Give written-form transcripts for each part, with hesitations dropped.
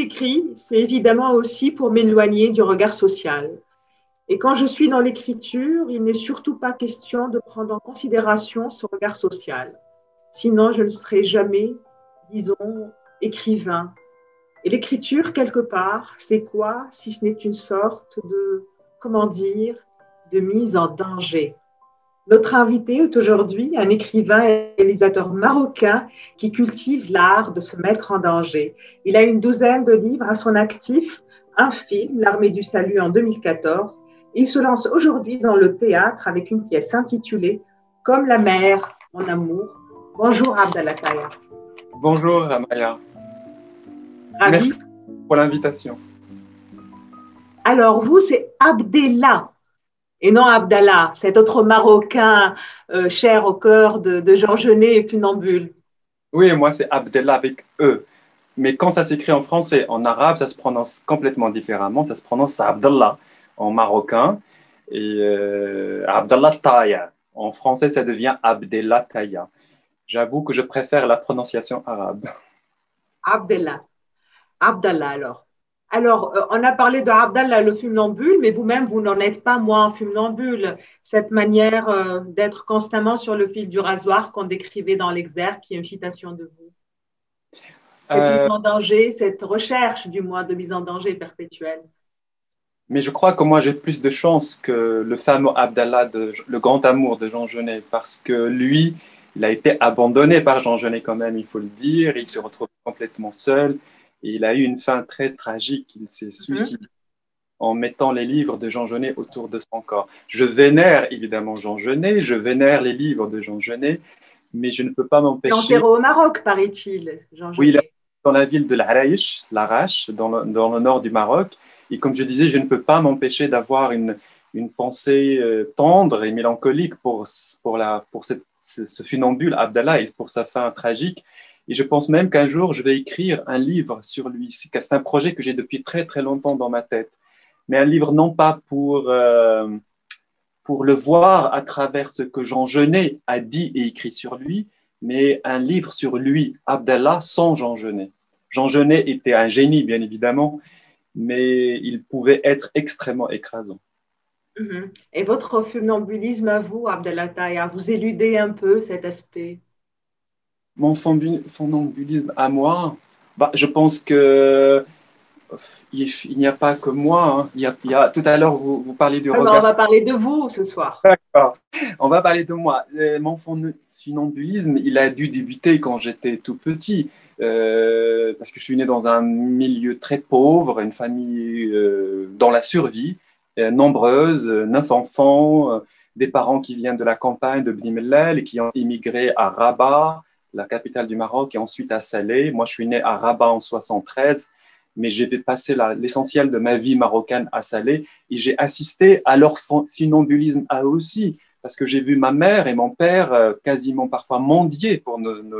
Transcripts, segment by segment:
j'écris, c'est évidemment aussi pour m'éloigner du regard social. Et quand je suis dans l'écriture, il n'est surtout pas question de prendre en considération ce regard social. Sinon, je ne serai jamais, disons, écrivain. Et l'écriture, quelque part, c'est quoi si ce n'est une sorte de, comment dire, de mise en danger. Notre invité est aujourd'hui un écrivain et réalisateur marocain qui cultive l'art de se mettre en danger. Il a une douzaine de livres à son actif, un film, L'Armée du Salut en 2014. Et il se lance aujourd'hui dans le théâtre avec une pièce intitulée Comme la mer, mon amour. Bonjour Abdallah Taïa. Bonjour Amaya, Ravi. merci pour l'invitation. Alors vous, c'est Abdellah et non Abdallah, cet autre Marocain cher au cœur de Jean Genet et Funambule. Oui, moi c'est Abdellah avec E, mais quand ça s'écrit en français, en arabe, ça se prononce complètement différemment, ça se prononce Abdallah en marocain et Abdallah Taya. En français, ça devient Abdellah Taya. J'avoue que je préfère la prononciation arabe. Abdellah. Abdallah alors. Alors, on a parlé de Abdallah le funambule, mais vous-même, vous n'en êtes pas moins funambule. Cette manière d'être constamment sur le fil du rasoir qu'on décrivait dans l'Exergue, qui est une citation de vous. Cette mise Euh, en danger, cette recherche du moins de mise en danger perpétuelle. mais je crois que moi j'ai plus de chance que le fameux Abdallah, le grand amour de Jean Genet, parce que lui, il a été abandonné par Jean Genet quand même, il faut le dire. Il s'est retrouvé complètement seul et il a eu une fin très tragique. Il s'est Mhm. suicidé en mettant les livres de Jean Genet autour de son corps. Je vénère évidemment Jean Genet, je vénère les livres de Jean Genet, mais je ne peux pas Et m'empêcher. enterré au Maroc, paraît-il, Jean Oui, il est Genet. dans la ville de l'Araïch, l'Arrache, dans le nord du Maroc. Et comme je disais, je ne peux pas m'empêcher d'avoir une pensée tendre et mélancolique pour ce funambule Abdallah et pour sa fin tragique. Et je pense même qu'un jour, je vais écrire un livre sur lui. C'est un projet que j'ai depuis très, très longtemps dans ma tête. Mais un livre non pas pour le voir à travers ce que Jean Genet a dit et écrit sur lui, mais un livre sur lui, Abdallah, sans Jean Genet. Jean Genet était un génie, bien évidemment, mais il pouvait être extrêmement écrasant. Mhm. Et votre funambulisme à vous, Abdallah Taïa, vous éludez un peu cet aspect. Mon funambulisme à moi, bah, je pense que il n'y a pas que moi. Hein. Tout à l'heure, vous parlez du Ouais, mais on regard. va parler de vous ce soir. D'accord. On va parler de moi. Mon funambulisme, il a dû débuter quand j'étais tout petit, parce que je suis né dans un milieu très pauvre, une famille dans la survie, nombreuse, 9 enfants, des parents qui viennent de la campagne de Bni Mellal et qui ont immigré à Rabat, la capitale du Maroc, et ensuite à Salé. Moi, je suis né à Rabat en 73, mais j'ai passé l'essentiel de ma vie marocaine à Salé. Et j'ai assisté à leur funambulisme à eux aussi, parce que j'ai vu ma mère et mon père quasiment parfois mendier pour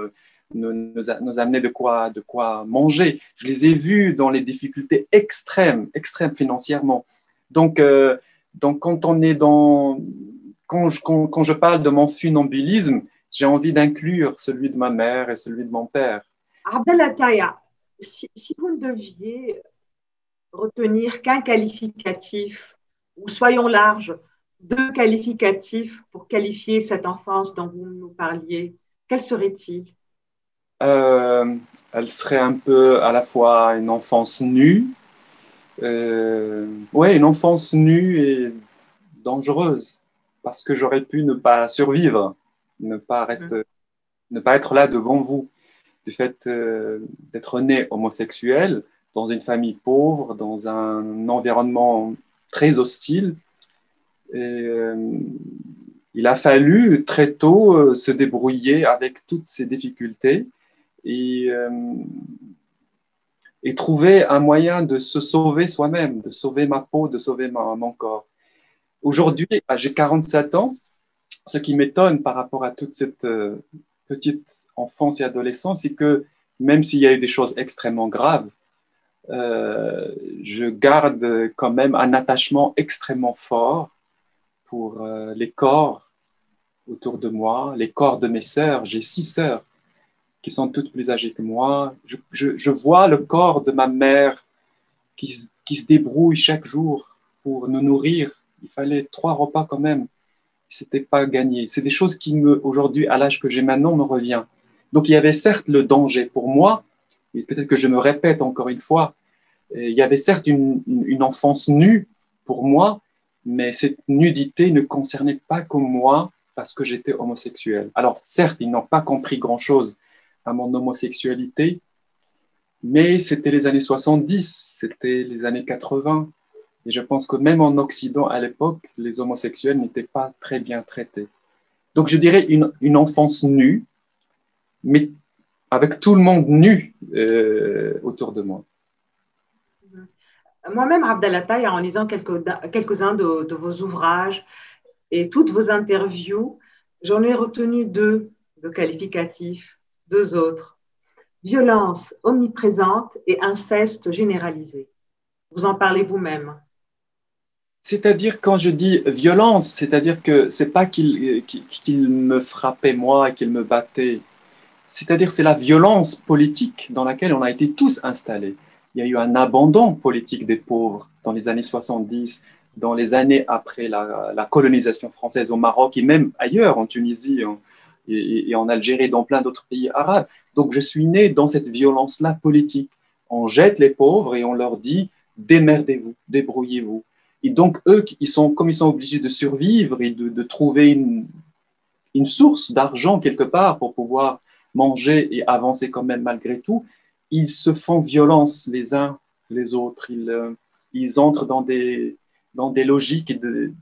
nous amener de quoi manger. Je les ai vus dans les difficultés extrêmes, extrêmes financièrement. Donc, donc quand on est dans, quand je parle de mon funambulisme, j'ai envie d'inclure celui de ma mère et celui de mon père. Abdallah Taïa, si vous ne deviez retenir qu'un qualificatif, ou soyons larges, deux qualificatifs pour qualifier cette enfance dont vous nous parliez, quel serait-il? Euh, Elle serait un peu à la fois une enfance nue, ouais, une enfance nue et dangereuse, parce que j'aurais pu ne pas survivre, ne pas rester, ne pas être là devant vous, du fait d'être né homosexuel dans une famille pauvre, dans un environnement très hostile. Et, il a fallu très tôt se débrouiller avec toutes ces difficultés et, euh, et trouver un moyen de se sauver soi-même, de sauver ma peau, de sauver mon corps. Aujourd'hui, j'ai 47 ans. Ce qui m'étonne par rapport à toute cette petite enfance et adolescence, c'est que même s'il y a eu des choses extrêmement graves, je garde quand même un attachement extrêmement fort pour les corps autour de moi, les corps de mes sœurs. J'ai 6 sœurs qui sont toutes plus âgées que moi. Je vois le corps de ma mère qui se débrouille chaque jour pour nous nourrir. Il fallait 3 repas quand même. C'était pas gagné. C'est des choses qui, aujourd'hui, à l'âge que j'ai maintenant, me revient. Donc, il y avait certes le danger pour moi, et peut-être que je me répète encore une fois, il y avait certes une enfance nue pour moi, mais cette nudité ne concernait pas que moi parce que j'étais homosexuel. Alors, certes, ils n'ont pas compris grand-chose à mon homosexualité, mais c'était les années 70, c'était les années 80. Et je pense que même en Occident, à l'époque, les homosexuels n'étaient pas très bien traités. Donc, je dirais une enfance nue, mais avec tout le monde nu autour de moi. Moi-même, Abdallah Taye, en lisant quelques-uns de vos ouvrages et toutes vos interviews, j'en ai retenu deux de qualificatifs, deux autres. Violence omniprésente et inceste généralisé. Vous en parlez vous-même. C'est-à-dire, quand je dis violence, c'est-à-dire que c'est pas qu'il me frappait moi, qu'il me battait. C'est-à-dire, c'est la violence politique dans laquelle on a été tous installés. Il y a eu un abandon politique des pauvres dans les années 70, dans les années après la colonisation française au Maroc et même ailleurs, en Tunisie et en Algérie, dans plein d'autres pays arabes. Donc, je suis né dans cette violence-là politique. On jette les pauvres et on leur dit démerdez-vous, débrouillez-vous. Et donc, eux, comme ils sont obligés de survivre et de trouver une source d'argent quelque part pour pouvoir manger et avancer quand même malgré tout, ils se font violence les uns les autres. Ils entrent dans des logiques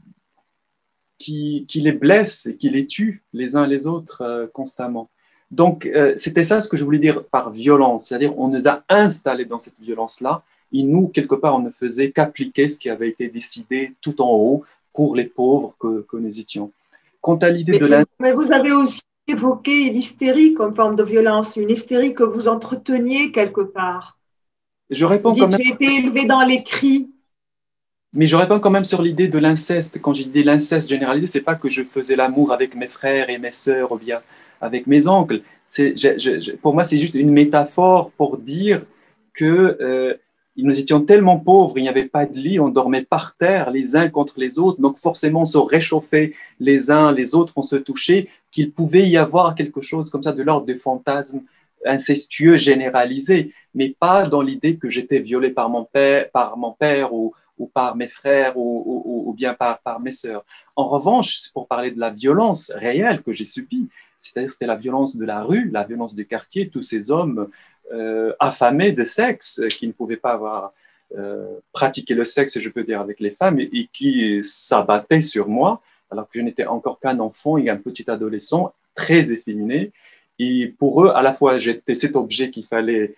qui les blessent et qui les tuent les uns les autres constamment. Donc, c'était ça ce que je voulais dire par violence, c'est-à-dire on nous a installés dans cette violence-là et nous, quelque part, on ne faisait qu'appliquer ce qui avait été décidé tout en haut pour les pauvres que nous étions. Quant à l'idée de mais vous avez aussi évoqué l'hystérie comme forme de violence, une hystérie que vous entreteniez quelque part. Je réponds vous dites, quand même. J'ai été élevé dans les cris. Mais je réponds quand même sur l'idée de l'inceste. Quand j'ai dit l'inceste généralisé, c'est pas que je faisais l'amour avec mes frères et mes sœurs ou bien avec mes oncles. Pour moi, c'est juste une métaphore pour dire que nous étions tellement pauvres, il n'y avait pas de lit, on dormait par terre les uns contre les autres, donc forcément on se réchauffait les uns les autres, on se touchait, qu'il pouvait y avoir quelque chose comme ça de l'ordre des fantasmes incestueux généralisés, mais pas dans l'idée que j'étais violé par mon père ou par mes frères ou bien par mes sœurs. En revanche, pour parler de la violence réelle que j'ai subie, c'est-à-dire c'était la violence de la rue, la violence du quartier, tous ces hommes affamés de sexe qui ne pouvaient pas avoir pratiqué le sexe, je peux dire, avec les femmes et qui s'abattaient sur moi alors que je n'étais encore qu'un enfant et un petit adolescent très efféminé. Et pour eux, à la fois, j'étais cet objet qu'il fallait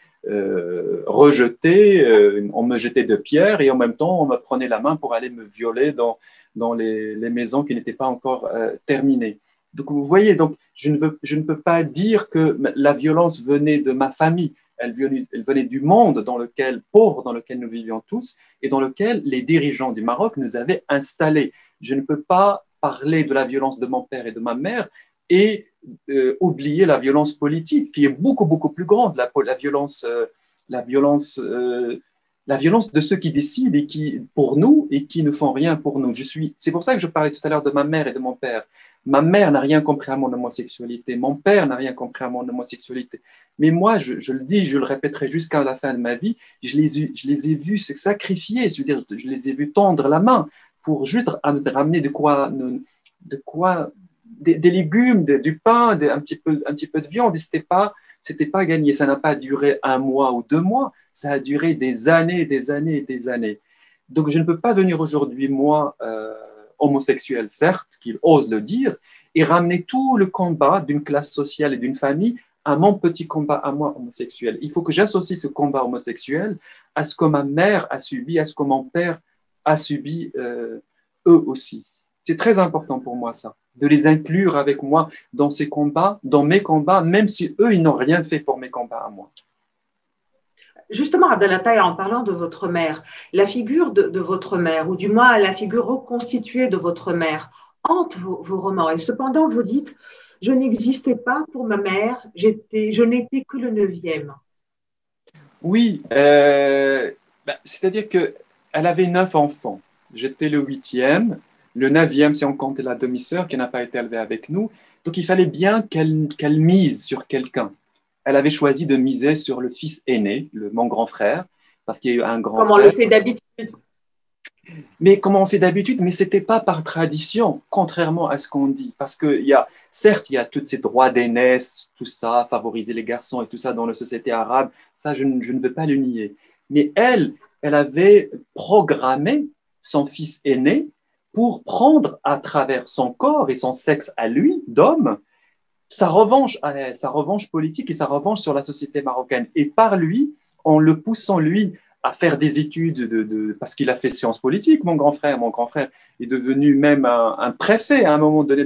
rejeter, on me jetait de pierres et en même temps, on me prenait la main pour aller me violer dans les maisons qui n'étaient pas encore terminées. Donc, vous voyez, donc, je ne peux pas dire que la violence venait de ma famille. Elle venait du monde pauvre dans lequel nous vivions tous et dans lequel les dirigeants du Maroc nous avaient installés. Je ne peux pas parler de la violence de mon père et de ma mère et oublier la violence politique qui est beaucoup, beaucoup plus grande, la violence de ceux qui décident et qui, pour nous et qui ne font rien pour nous. C'est pour ça que je parlais tout à l'heure de ma mère et de mon père. Ma mère n'a rien compris à mon homosexualité. Mon père n'a rien compris à mon homosexualité. Mais moi, je le dis, je le répéterai jusqu'à la fin de ma vie, je les ai vus se sacrifier, je veux dire, je les ai vus tendre la main pour juste ramener des légumes, du pain, un petit peu de viande. C'était pas gagné. Ça n'a pas duré 1 mois ou 2 mois. Ça a duré des années, des années, des années. Donc, je ne peux pas venir aujourd'hui, moi, homosexuel, certes, qu'il ose le dire, et ramener tout le combat d'une classe sociale et d'une famille à mon petit combat à moi homosexuel. Il faut que j'associe ce combat homosexuel à ce que ma mère a subi, à ce que mon père a subi eux aussi. C'est très important pour moi, ça, de les inclure avec moi dans ces combats, dans mes combats, même si eux, ils n'ont rien fait pour mes combats à moi. Justement, Abdallah Taye, en parlant de votre mère, la figure de votre mère, ou du moins la figure reconstituée de votre mère, hante vos romans. Et cependant, vous dites, Je n'existais pas pour ma mère, je n'étais que le neuvième. Oui, c'est-à-dire qu'elle avait 9 enfants. J'étais le huitième. Le neuvième, si on comptait la demi-sœur qui n'a pas été élevée avec nous. Donc, il fallait bien qu'elle mise sur quelqu'un. Elle avait choisi de miser sur le fils aîné, mon grand frère, parce qu'il y a eu un grand Comme on le frère. fait d'habitude. Mais comme on fait d'habitude, mais ce n'était pas par tradition, contrairement à ce qu'on dit. Parce que certes, il y a tous ces droits d'aînesse, tout ça, favoriser les garçons et tout ça dans la société arabe, ça, je ne veux pas le nier. Mais elle avait programmé son fils aîné pour prendre à travers son corps et son sexe à lui, d'homme, sa revanche à elle, sa revanche politique et sa revanche sur la société marocaine. Et par lui, en le poussant, lui, à faire des études, parce qu'il a fait sciences politiques, mon grand frère est devenu même un préfet à un moment donné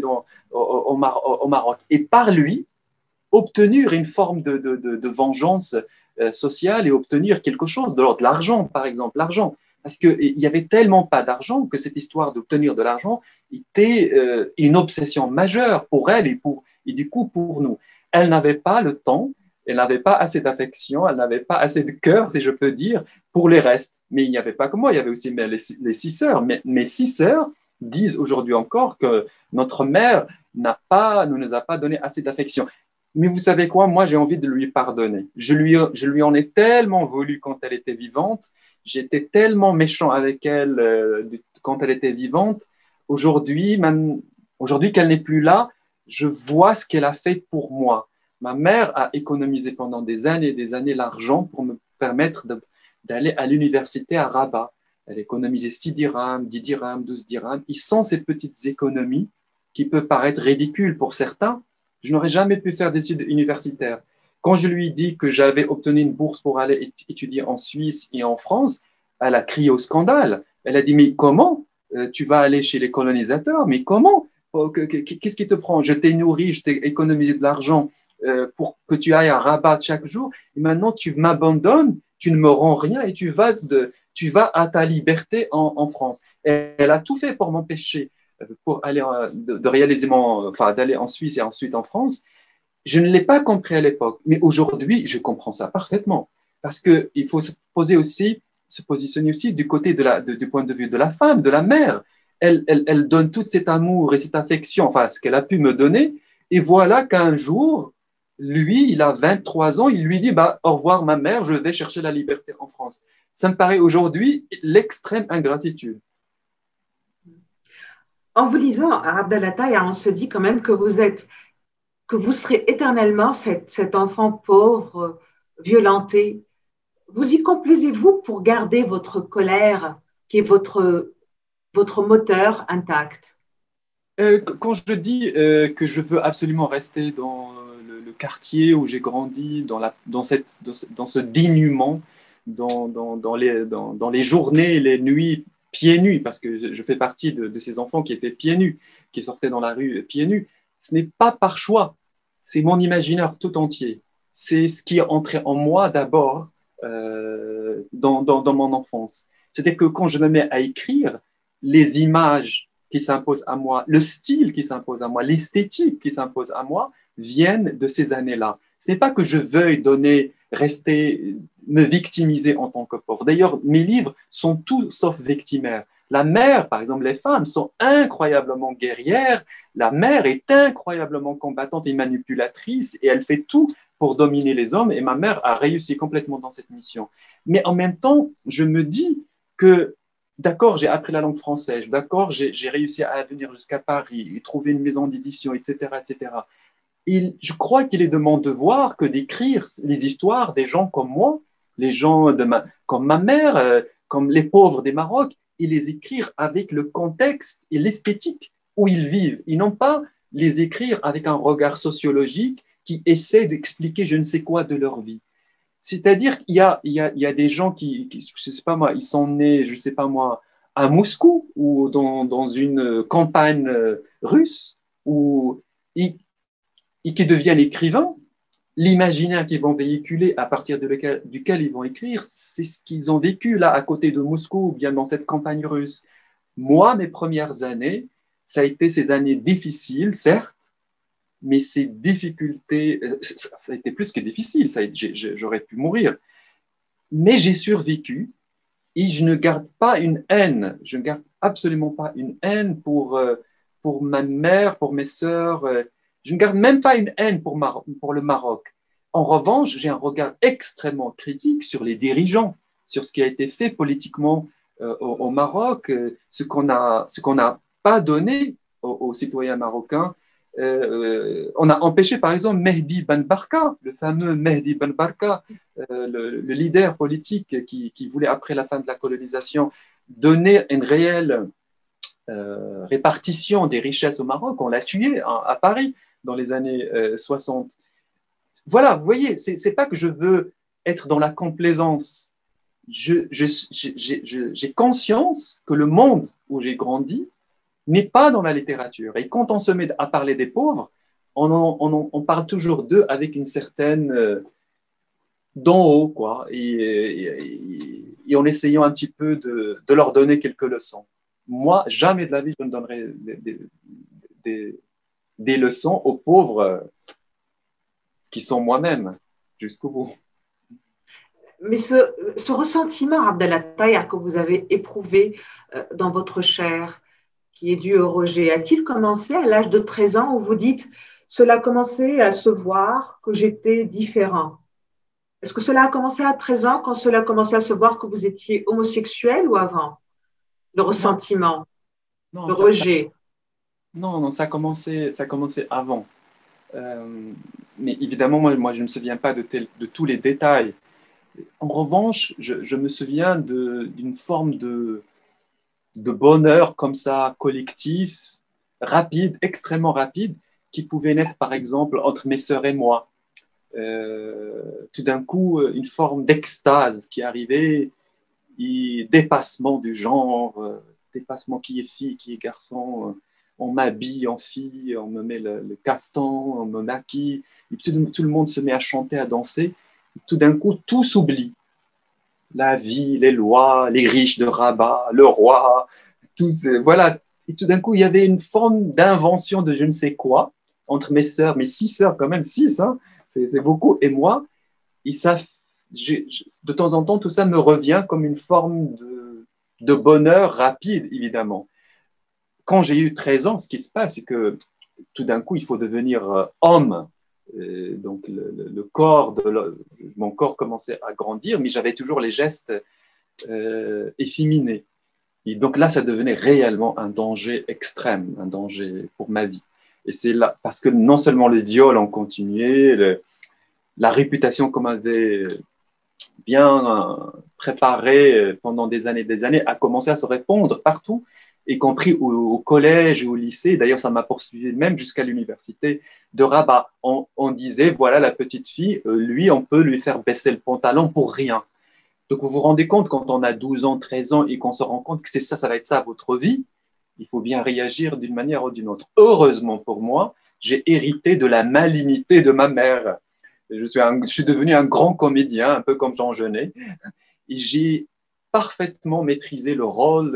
au Maroc. Et par lui, obtenir une forme de vengeance sociale et obtenir quelque chose, de l'ordre de l'argent, par exemple, l'argent. Parce qu'il n'y avait tellement pas d'argent que cette histoire d'obtenir de l'argent était une obsession majeure pour elle et du coup pour nous. Elle n'avait pas le temps, elle n'avait pas assez d'affection, elle n'avait pas assez de cœur, si je peux dire, pour les restes. Mais il n'y avait pas que moi, il y avait aussi les 6 sœurs. Mais mes 6 sœurs disent aujourd'hui encore que notre mère ne nous a pas donné assez d'affection. Mais vous savez quoi? Moi, j'ai envie de lui pardonner. Je lui en ai tellement voulu quand elle était vivante. J'étais tellement méchant avec elle quand elle était vivante. Aujourd'hui, aujourd'hui qu'elle n'est plus là, je vois ce qu'elle a fait pour moi. Ma mère a économisé pendant des années l'argent pour me permettre d'aller à l'université à Rabat. Elle a économisé 6 dirhams, 10 dirhams, 12 dirhams. Ils sont ces petites économies qui peuvent paraître ridicules pour certains. Je n'aurais jamais pu faire des études universitaires. Quand je lui ai dit que j'avais obtenu une bourse pour aller étudier en Suisse et en France, elle a crié au scandale. Elle a dit, mais comment tu vas aller chez les colonisateurs? Mais comment? Qu'est-ce qui te prend? Je t'ai nourri, je t'ai économisé de l'argent pour que tu ailles à Rabat chaque jour. Et maintenant, tu m'abandonnes, tu ne me rends rien et tu vas à ta liberté en France. Et elle a tout fait pour m'empêcher pour aller de réaliser enfin, d'aller en Suisse et ensuite en France. Je ne l'ai pas compris à l'époque, mais aujourd'hui, je comprends ça parfaitement. Parce qu'il faut se positionner aussi du côté du point de vue de la femme, de la mère. Elle donne tout cet amour et cette affection, enfin, ce qu'elle a pu me donner. Et voilà qu'un jour, lui, il a 23 ans, il lui dit, bah, au revoir ma mère, je vais chercher la liberté en France. Ça me paraît aujourd'hui l'extrême ingratitude. En vous lisant à Abdallah Taïa, on se dit quand même que vous serez éternellement cet enfant pauvre, violenté. Vous y complaisez-vous pour garder votre colère, qui est votre moteur intact? Quand je dis que je veux absolument rester dans le quartier où j'ai grandi, dans ce dénuement, dans les journées et les nuits pieds nus, parce que je fais partie de ces enfants qui étaient pieds nus, qui sortaient dans la rue pieds nus, ce n'est pas par choix, c'est mon imaginaire tout entier. C'est ce qui est entré en moi d'abord dans mon enfance. C'était que quand je me mets à écrire, les images qui s'imposent à moi, le style qui s'impose à moi, l'esthétique qui s'impose à moi, viennent de ces années-là. Ce n'est pas que je veuille rester, me victimiser en tant que pauvre. D'ailleurs, mes livres sont tout sauf victimaires. La mère, par exemple, les femmes sont incroyablement guerrières. La mère est incroyablement combattante et manipulatrice et elle fait tout pour dominer les hommes. Et ma mère a réussi complètement dans cette mission. Mais en même temps, je me dis que d'accord, j'ai appris la langue française, d'accord, j'ai réussi à venir jusqu'à Paris et trouver une maison d'édition, etc., etc. Je crois qu'il est de mon devoir que d'écrire les histoires des gens comme moi, les gens comme ma mère, comme les pauvres des Maroc, et les écrire avec le contexte et l'esthétique où ils vivent, et non pas les écrire avec un regard sociologique qui essaie d'expliquer je ne sais quoi de leur vie. C'est-à-dire qu'il y a des gens je sais pas moi, ils sont nés, je sais pas moi, à Moscou ou dans une campagne russe ou et qui deviennent écrivains. L'imaginaire qu'ils vont véhiculer à partir duquel ils vont écrire, c'est ce qu'ils ont vécu là à côté de Moscou ou bien dans cette campagne russe. Moi, mes premières années, ça a été ces années difficiles, certes, mais ces difficultés, ça a été plus que difficile, j'aurais pu mourir. Mais j'ai survécu et je ne garde pas une haine, je ne garde absolument pas une haine pour ma mère, pour mes sœurs. Je ne garde même pas une haine pour le Maroc. En revanche, j'ai un regard extrêmement critique sur les dirigeants, sur ce qui a été fait politiquement au Maroc, ce qu'on n'a pas donné aux citoyens marocains. On a empêché, par exemple, Mehdi Ben Barka, le fameux Mehdi Ben Barka, le leader politique qui voulait, après la fin de la colonisation, donner une réelle répartition des richesses au Maroc. On l'a tué à Paris dans les années 60. Voilà, vous voyez, c'est pas que je veux être dans la complaisance. J'ai conscience que le monde où j'ai grandi n'est pas dans la littérature. Et quand on se met à parler des pauvres, on parle toujours d'eux avec une certaine d'en haut, quoi, et en essayant un petit peu de leur donner quelques leçons. Moi, jamais de la vie, je ne donnerai des leçons aux pauvres qui sont moi-même, jusqu'au bout. Mais ce ressentiment, Abdallah Taïa, que vous avez éprouvé dans votre chair, qui est dû au rejet, a-t-il commencé à l'âge de 13 ans où vous dites cela a commencé à se voir que j'étais différent? Est-ce que cela a commencé à 13 ans quand cela a commencé à se voir que vous étiez homosexuel ou avant? Le ressentiment, non, le rejet. Non, ça a commencé avant. Mais évidemment, moi, je ne me souviens pas de tous les détails. En revanche, je me souviens d'une forme de bonheur comme ça, collectif, rapide, extrêmement rapide, qui pouvait naître, par exemple, entre mes sœurs et moi. Tout d'un coup, une forme d'extase qui arrivait, et dépassement du genre, dépassement qui est fille, qui est garçon. On m'habille en fille, on me met le caftan, on me maquille, et tout le monde se met à chanter, à danser. Tout d'un coup, tout s'oublie. La vie, les lois, les riches de Rabat, le roi, voilà. Et tout d'un coup, il y avait une forme d'invention de je ne sais quoi entre mes sœurs, mes 6 sœurs quand même, 6, hein, c'est beaucoup, et moi. Et ça, de temps en temps, tout ça me revient comme une forme de bonheur rapide, évidemment. Quand j'ai eu 13 ans, ce qui se passe, c'est que tout d'un coup, il faut devenir homme. Donc, mon corps commençait à grandir, mais j'avais toujours les gestes efféminés. Et donc là, ça devenait réellement un danger extrême, un danger pour ma vie. Et c'est là, parce que non seulement les viols ont continué, la réputation qu'on m'avait bien préparée pendant des années a commencé à se répandre partout, y compris au collège et au lycée. D'ailleurs, ça m'a poursuivi même jusqu'à l'université de Rabat. On disait, voilà, la petite fille, lui, on peut lui faire baisser le pantalon pour rien. Donc, vous vous rendez compte, quand on a 12 ans, 13 ans, et qu'on se rend compte que c'est ça, ça va être ça votre vie, il faut bien réagir d'une manière ou d'une autre. Heureusement pour moi, j'ai hérité de la malignité de ma mère. Je suis devenu un grand comédien, un peu comme Jean Genet, et j'ai parfaitement maîtrisé le rôle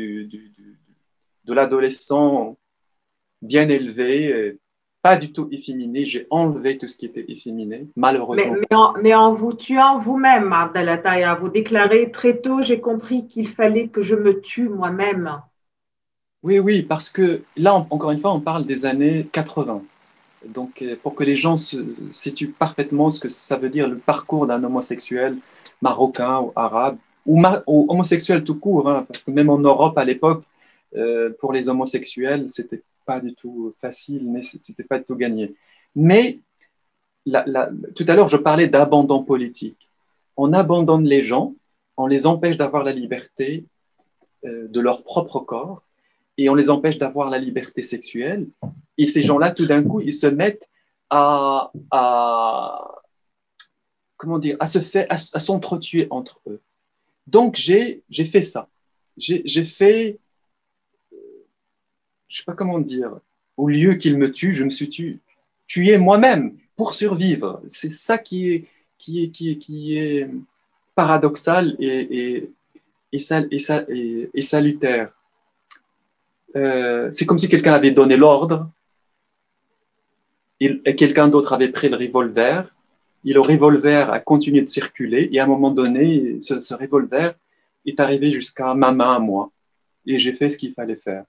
de l'adolescent bien élevé, pas du tout efféminé. J'ai enlevé tout ce qui était efféminé, malheureusement. Mais en vous tuant vous-même, Abdallah Taïa, vous déclarez très tôt, j'ai compris qu'il fallait que je me tue moi-même. Oui, parce que là, encore une fois, on parle des années 80. Donc, pour que les gens se situent parfaitement ce que ça veut dire le parcours d'un homosexuel marocain ou arabe, ou homosexuel tout court, hein, parce que même en Europe à l'époque, pour les homosexuels, c'était pas du tout facile, mais c'était pas du tout gagné. Mais tout à l'heure, je parlais d'abandon politique. On abandonne les gens, on les empêche d'avoir la liberté de leur propre corps, et on les empêche d'avoir la liberté sexuelle. Et ces gens-là, tout d'un coup, ils se mettent comment dire, à s'entretuer entre eux. Donc, j'ai fait ça. J'ai fait, je sais pas comment dire, au lieu qu'ils me tuent, je me suis tué moi-même pour survivre. C'est ça qui est paradoxal et salutaire. C'est comme si quelqu'un avait donné l'ordre Et quelqu'un d'autre avait pris le revolver. Et le revolver a continué de circuler. Et à un moment donné, ce revolver est arrivé jusqu'à ma main à moi. Et j'ai fait ce qu'il fallait faire.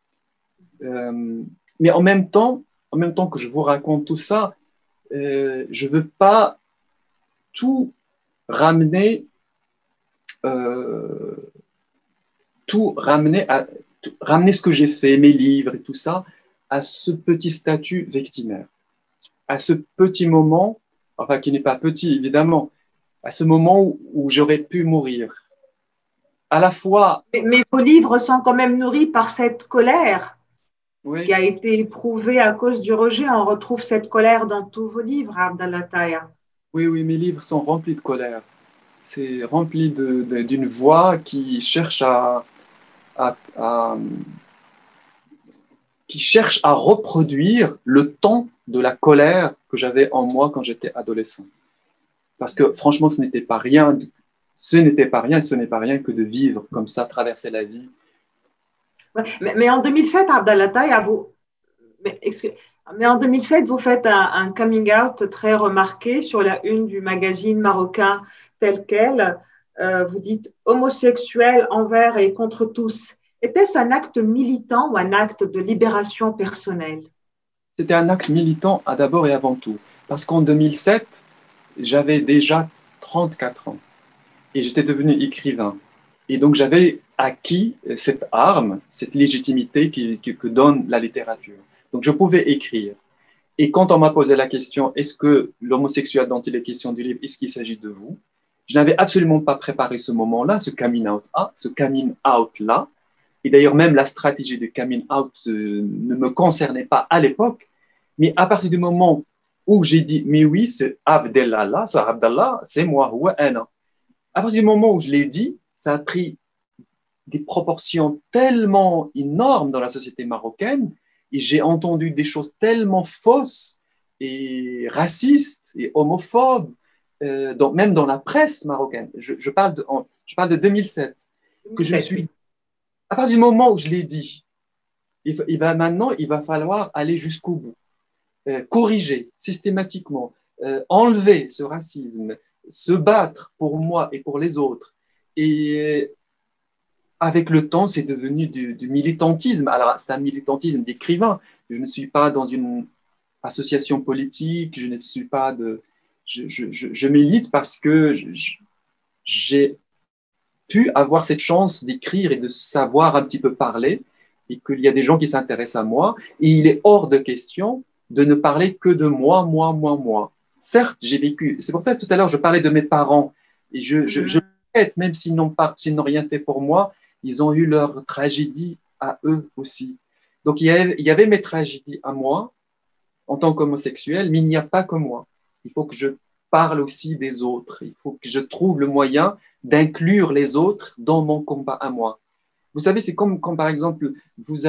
Mais en même temps que je vous raconte tout ça, je ne veux pas tout ramener, ramener ce que j'ai fait, mes livres et tout ça, à ce petit statut victimaire, à ce petit moment, enfin qui n'est pas petit évidemment, à ce moment où j'aurais pu mourir. À la fois. Mais vos livres sont quand même nourris par cette colère Oui. qui a été éprouvée à cause du rejet. On retrouve cette colère dans tous vos livres, Abdallah Taïa. Oui, oui, mes livres sont remplis de colère. C'est rempli d'une voix qui cherche qui cherche à reproduire le temps de la colère que j'avais en moi quand j'étais adolescent. Parce que franchement, ce n'était pas rien, ce n'est pas rien que de vivre comme ça, traverser la vie. Mais en 2007, Abdallah Taïa, mais en 2007, vous faites un coming out très remarqué sur la une du magazine marocain Tel Quel. Vous dites homosexuel envers et contre tous. Était-ce un acte militant ou un acte de libération personnelle? C'était un acte militant d'abord et avant tout. Parce qu'en 2007, j'avais déjà 34 ans et j'étais devenu écrivain. Et donc j'avais acquis cette arme, cette légitimité que donne la littérature. Donc je pouvais écrire. Et quand on m'a posé la question, est-ce que l'homosexuel dont il est question du livre, est-ce qu'il s'agit de vous? Je n'avais absolument pas préparé ce moment-là, ce coming out-là. Et d'ailleurs, même la stratégie de coming out ne me concernait pas à l'époque. Mais à partir du moment où j'ai dit, mais oui, c'est Abdallah, c'est moi, ouais, Anna. À partir du moment où je l'ai dit, ça a pris des proportions tellement énormes dans la société marocaine et j'ai entendu des choses tellement fausses et racistes et homophobes, même dans la presse marocaine. Je parle de 2007, que je me suis. À partir du moment où je l'ai dit, maintenant, il va falloir aller jusqu'au bout, corriger systématiquement, enlever ce racisme, se battre pour moi et pour les autres. Et avec le temps, c'est devenu du militantisme. Alors, c'est un militantisme d'écrivain. Je ne suis pas dans une association politique, je ne suis pas de. Je milite parce que j'ai pu avoir cette chance d'écrire et de savoir un petit peu parler et qu'il y a des gens qui s'intéressent à moi. Et il est hors de question de ne parler que de moi, moi, moi, moi. Certes, j'ai vécu. C'est pour ça que tout à l'heure, je parlais de mes parents. Et je répète, même s'ils n'ont rien fait pour moi, ils ont eu leur tragédie à eux aussi. Donc, il y avait mes tragédies à moi en tant qu'homosexuel, mais il n'y a pas que moi. Il faut que je parle aussi des autres. Il faut que je trouve le moyen d'inclure les autres dans mon combat à moi. Vous savez, c'est comme quand, par exemple, vous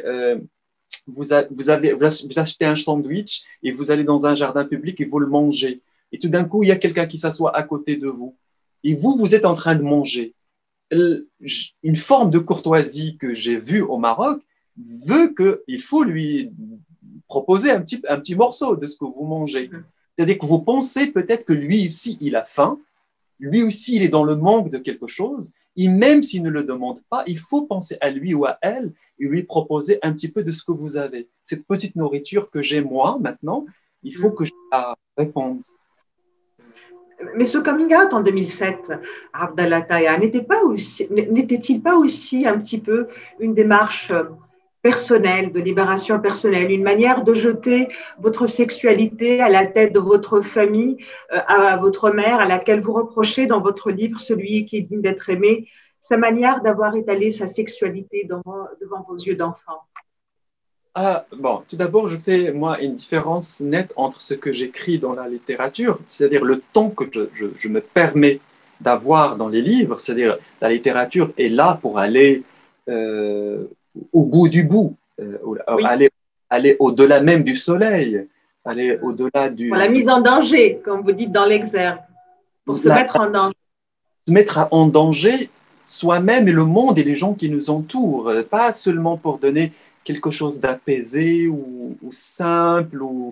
achetez un sandwich et vous allez dans un jardin public et vous le mangez. Et tout d'un coup, il y a quelqu'un qui s'assoit à côté de vous. Et vous êtes en train de manger. Une forme de courtoisie que j'ai vue au Maroc veut qu'il faut lui proposer un petit morceau de ce que vous mangez. C'est-à-dire que vous pensez peut-être que lui aussi, il a faim, lui aussi, il est dans le manque de quelque chose, et même s'il ne le demande pas, il faut penser à lui ou à elle et lui proposer un petit peu de ce que vous avez. Cette petite nourriture que j'ai moi maintenant, il faut que je la réponde. Mais ce coming out en 2007, Abdallah Taïa, n'était-il pas aussi un petit peu une démarche personnelle, de libération personnelle, une manière de jeter votre sexualité à la tête de votre famille, à votre mère, à laquelle vous reprochez dans votre livre Celui qui est digne d'être aimé, sa manière d'avoir étalé sa sexualité devant vos yeux d'enfant? Bon, tout d'abord, je fais, moi, une différence nette entre ce que j'écris dans la littérature, c'est-à-dire le temps que je me permets d'avoir dans les livres, c'est-à-dire la littérature est là pour aller au bout du bout, oui. aller au-delà même du soleil, aller au-delà du… Pour la mise en danger, comme vous dites dans l'exergue, pour se mettre en danger. Se mettre en danger soi-même et le monde et les gens qui nous entourent, pas seulement pour donner quelque chose d'apaisé ou simple ou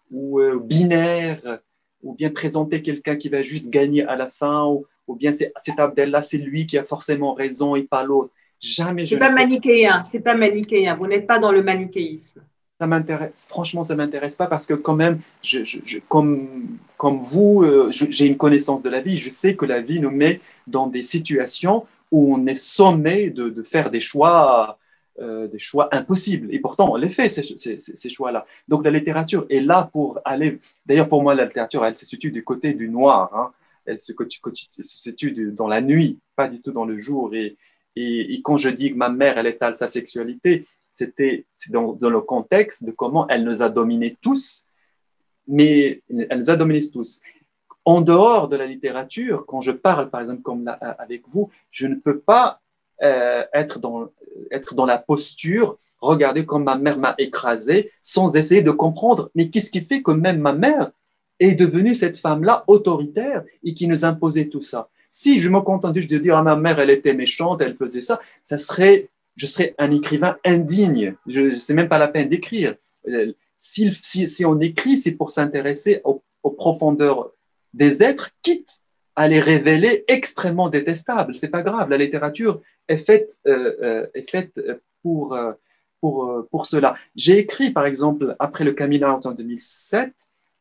ou binaire, ou bien présenter quelqu'un qui va juste gagner à la fin, ou bien cet Abdallah, c'est lui qui a forcément raison et pas l'autre. Jamais je C'est ne pas ferai. manichéen, c'est pas manichéen. Vous n'êtes pas dans le manichéisme. Ça m'intéresse, franchement, ça m'intéresse pas parce que quand même, comme vous, j'ai une connaissance de la vie. Je sais que la vie nous met dans des situations où on est sommé de faire des choix impossibles. Et pourtant, on les fait, ces choix-là. Donc, la littérature est là pour aller. D'ailleurs, pour moi, la littérature, elle se situe du côté du noir. Hein. Elle se situe dans la nuit, pas du tout dans le jour. Et quand je dis que ma mère, elle étale sa sexualité, c'est dans le contexte de comment elle nous a dominés tous, mais elle nous a dominés tous. En dehors de la littérature, quand je parle, par exemple, comme là, avec vous, je ne peux pas être dans la posture, regarder comme ma mère m'a écrasé, sans essayer de comprendre, mais qu'est-ce qui fait que même ma mère est devenue cette femme-là autoritaire et qui nous imposait tout ça. Si je me contentais de dire à ma mère, elle était méchante, elle faisait ça, je serais un écrivain indigne. Je ne sais même pas la peine d'écrire. Si on écrit, c'est pour s'intéresser aux profondeurs des êtres, quitte à les révéler extrêmement détestables. C'est pas grave. La littérature est faite pour cela. J'ai écrit, par exemple, après le Coming Out en 2007,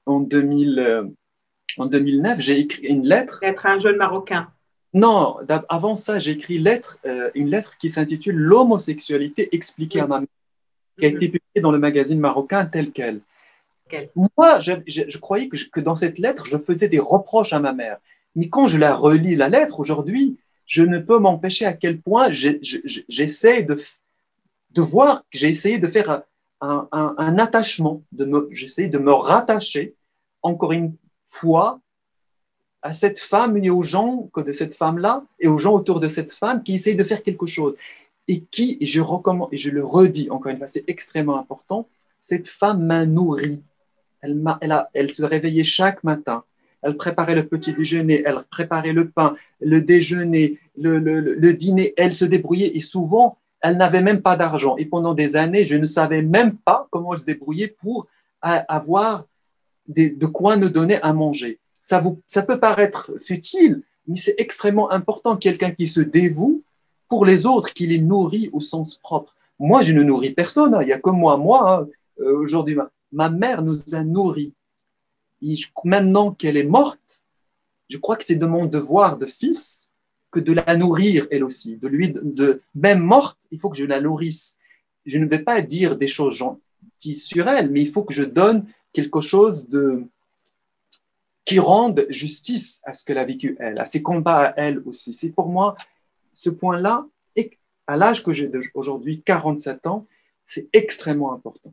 en 2009, j'ai écrit une lettre. D'être un jeune Marocain. Non, avant ça, j'ai écrit une lettre qui s'intitule L'homosexualité expliquée à ma mère, qui a été publiée dans le magazine marocain tel quel. Moi, je croyais que dans cette lettre, je faisais des reproches à ma mère. Mais quand je la relis, la lettre, aujourd'hui, je ne peux m'empêcher à quel point j'essaie de voir que j'ai essayé de faire un attachement, j'essaie de me rattacher, encore une fois, à cette femme et aux gens de cette femme-là et aux gens autour de cette femme qui essayent de faire quelque chose. Et je recommande, et je le redis encore une fois, c'est extrêmement important, cette femme m'a nourri. Elle se réveillait chaque matin. Elle préparait le petit déjeuner, elle préparait le pain, le déjeuner, le dîner. Elle se débrouillait et souvent, elle n'avait même pas d'argent. Et pendant des années, je ne savais même pas comment elle se débrouillait pour avoir de quoi nous donner à manger. Ça peut paraître futile, mais c'est extrêmement important. Quelqu'un qui se dévoue pour les autres, qui les nourrit au sens propre. Moi, je ne nourris personne. Hein. Il n'y a que moi. Hein. Aujourd'hui, ma mère nous a nourris. Maintenant qu'elle est morte, je crois que c'est de mon devoir de fils que de la nourrir elle aussi. Même morte, il faut que je la nourrisse. Je ne vais pas dire des choses gentilles sur elle, mais il faut que je donne quelque chose qui rende justice à ce qu'elle a vécu elle, à ses combats à elle aussi. C'est pour moi, ce point-là, à l'âge que j'ai aujourd'hui, 47 ans, c'est extrêmement important.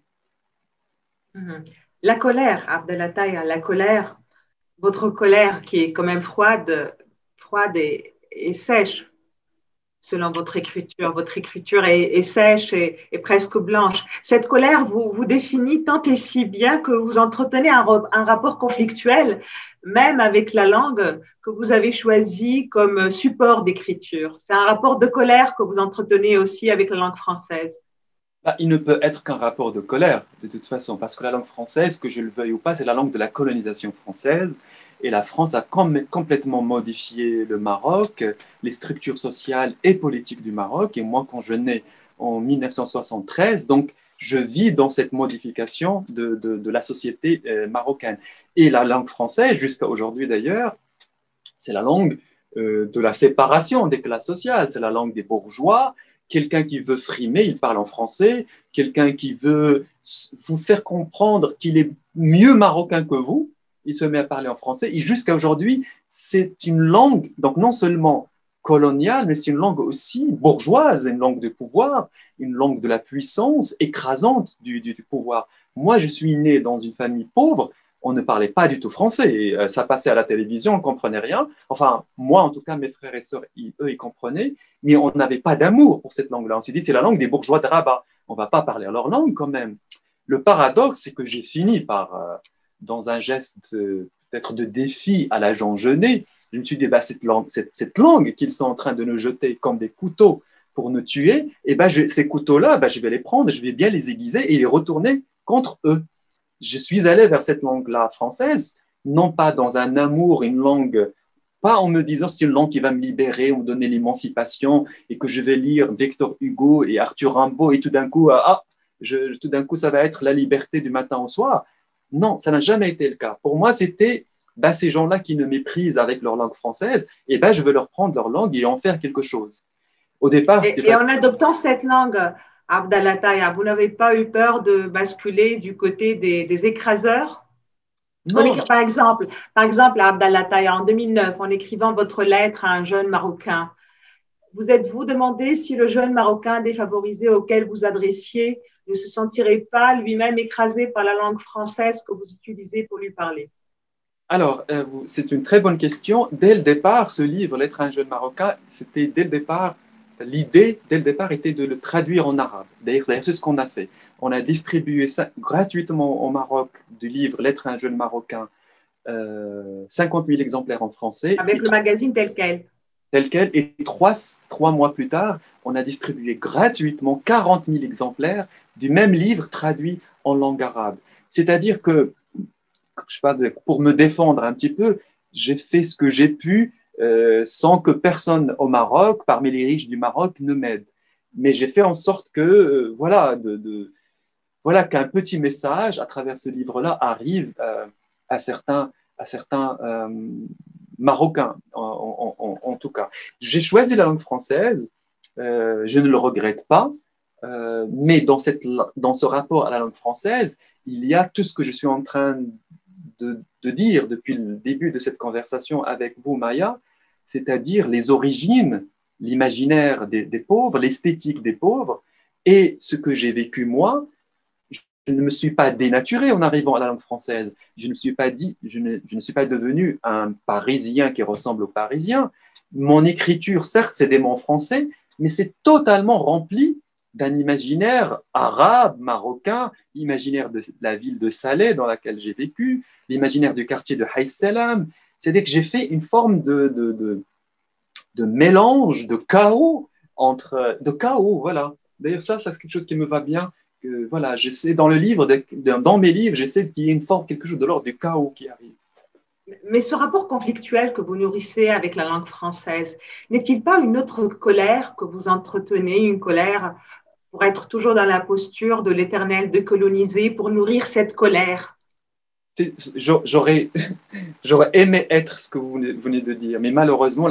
La colère, Abdellahtaya, la colère, votre colère qui est quand même froide et sèche, selon votre écriture. Votre écriture est sèche et presque blanche. Cette colère vous définit tant et si bien que vous entretenez un rapport conflictuel, même avec la langue que vous avez choisie comme support d'écriture. C'est un rapport de colère que vous entretenez aussi avec la langue française. Il ne peut être qu'un rapport de colère, de toute façon, parce que la langue française, que je le veuille ou pas, c'est la langue de la colonisation française. Et la France a complètement modifié le Maroc, les structures sociales et politiques du Maroc. Et moi, quand je nais en 1973, donc je vis dans cette modification de la société marocaine. Et la langue française, jusqu'à aujourd'hui d'ailleurs, c'est la langue de la séparation des classes sociales, c'est la langue des bourgeois. Quelqu'un qui veut frimer, il parle en français. Quelqu'un qui veut vous faire comprendre qu'il est mieux marocain que vous, il se met à parler en français. Et jusqu'à aujourd'hui, c'est une langue, donc non seulement coloniale, mais c'est une langue aussi bourgeoise, une langue de pouvoir, une langue de la puissance écrasante du pouvoir. Moi, je suis né dans une famille pauvre. On ne parlait pas du tout français. Ça passait à la télévision, on ne comprenait rien. Enfin, moi, en tout cas, mes frères et sœurs, eux, ils comprenaient. Mais on n'avait pas d'amour pour cette langue-là. On s'est dit, c'est la langue des bourgeois de Rabat. On ne va pas parler leur langue quand même. Le paradoxe, c'est que j'ai fini par, dans un geste peut-être de défi à la Jean Genet, je me suis dit, bah, cette langue qu'ils sont en train de nous jeter comme des couteaux pour nous tuer, et bah, ces couteaux-là, bah, je vais les prendre, je vais bien les aiguiser et les retourner contre eux. je suis allé vers cette langue-là française, non pas dans un amour, une langue, pas en me disant c'est une langue qui va me libérer ou me donner l'émancipation et que je vais lire Victor Hugo et Arthur Rimbaud et tout d'un coup, tout d'un coup, ça va être la liberté du matin au soir. Non, ça n'a jamais été le cas. Pour moi, c'était ces gens-là qui me méprisent avec leur langue française, et je veux leur prendre leur langue et en faire quelque chose. Au départ, c'était Et en adoptant cette langue, Abdallah Taïa, vous n'avez pas eu peur de basculer du côté des écraseurs? non, Par exemple, à Abdallah Taïa, en 2009, en écrivant votre lettre à un jeune Marocain, vous êtes-vous demandé si le jeune Marocain défavorisé auquel vous adressiez ne se sentirait pas lui-même écrasé par la langue française que vous utilisez pour lui parler? alors, c'est une très bonne question. Dès le départ, ce livre, Lettre à un jeune Marocain, c'était dès le départ, l'idée, dès le départ, était de le traduire en arabe. D'ailleurs, c'est ce qu'on a fait. On a distribué ça gratuitement au Maroc du livre Lettre à un jeune Marocain, 50 000 exemplaires en français. Avec le magazine tel quel? Tel quel. Et trois mois plus tard, on a distribué gratuitement 40 000 exemplaires du même livre traduit en langue arabe. C'est-à-dire que, je sais pas, pour me défendre un petit peu, j'ai fait ce que j'ai pu sans que personne au Maroc, parmi les riches du Maroc, ne m'aide. Mais j'ai fait en sorte que, voilà, qu'un petit message à travers ce livre-là arrive à certains, Marocains, en tout cas. J'ai choisi la langue française, je ne le regrette pas, mais dans ce rapport à la langue française, il y a tout ce que je suis en train de dire depuis le début de cette conversation avec vous, Maya, c'est-à-dire les origines, l'imaginaire des pauvres, l'esthétique des pauvres, et ce que j'ai vécu moi. Je ne me suis pas dénaturé en arrivant à la langue française. Je ne suis pas dit, je ne suis pas devenu un Parisien qui ressemble aux Parisiens. Mon écriture, certes, c'est des mots français, mais c'est totalement rempli d'un imaginaire arabe, marocain, imaginaire de la ville de Salé dans laquelle j'ai vécu, l'imaginaire du quartier de Haïs Salam. C'est-à-dire que j'ai fait une forme de mélange, de chaos voilà. D'ailleurs, ça c'est quelque chose qui me va bien. Que, voilà, j'essaie dans le livre, dans mes livres, j'essaie qu'il y ait une forme, quelque chose de l'ordre du chaos qui arrive. Mais ce rapport conflictuel que vous nourrissez avec la langue française, n'est-il pas une autre colère que vous entretenez, une colère pour être toujours dans la posture de l'éternel décolonisé, pour nourrir cette colère? J'aurais aimé être ce que vous venez de dire, mais malheureusement,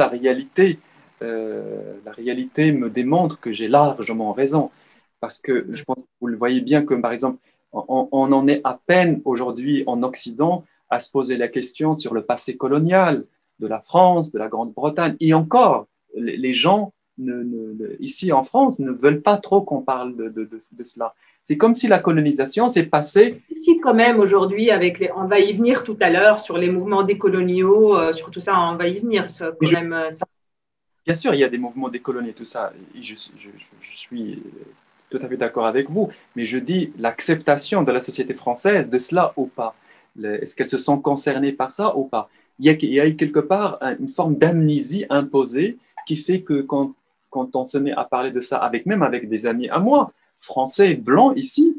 la réalité me démontre que j'ai largement raison. Parce que je pense que vous le voyez bien que, par exemple, on en est à peine aujourd'hui en Occident à se poser la question sur le passé colonial de la France, de la Grande-Bretagne. Et encore, les gens ici en France ne veulent pas trop qu'on parle de cela. C'est comme si la colonisation s'est passée. Ici, quand même, aujourd'hui, on va y venir tout à l'heure sur les mouvements décoloniaux, sur tout ça, on va y venir. Ça, quand Je, même, Bien sûr, il y a des mouvements décoloniés, tout ça. Et je suis tout à fait d'accord avec vous. Mais je dis l'acceptation de la société française de cela ou pas. Est-ce qu'elles se sont concernées par ça ou pas? Il y a eu quelque part une forme d'amnésie imposée qui fait que quand on se met à parler de ça, même avec des amis à moi, français, blancs ici,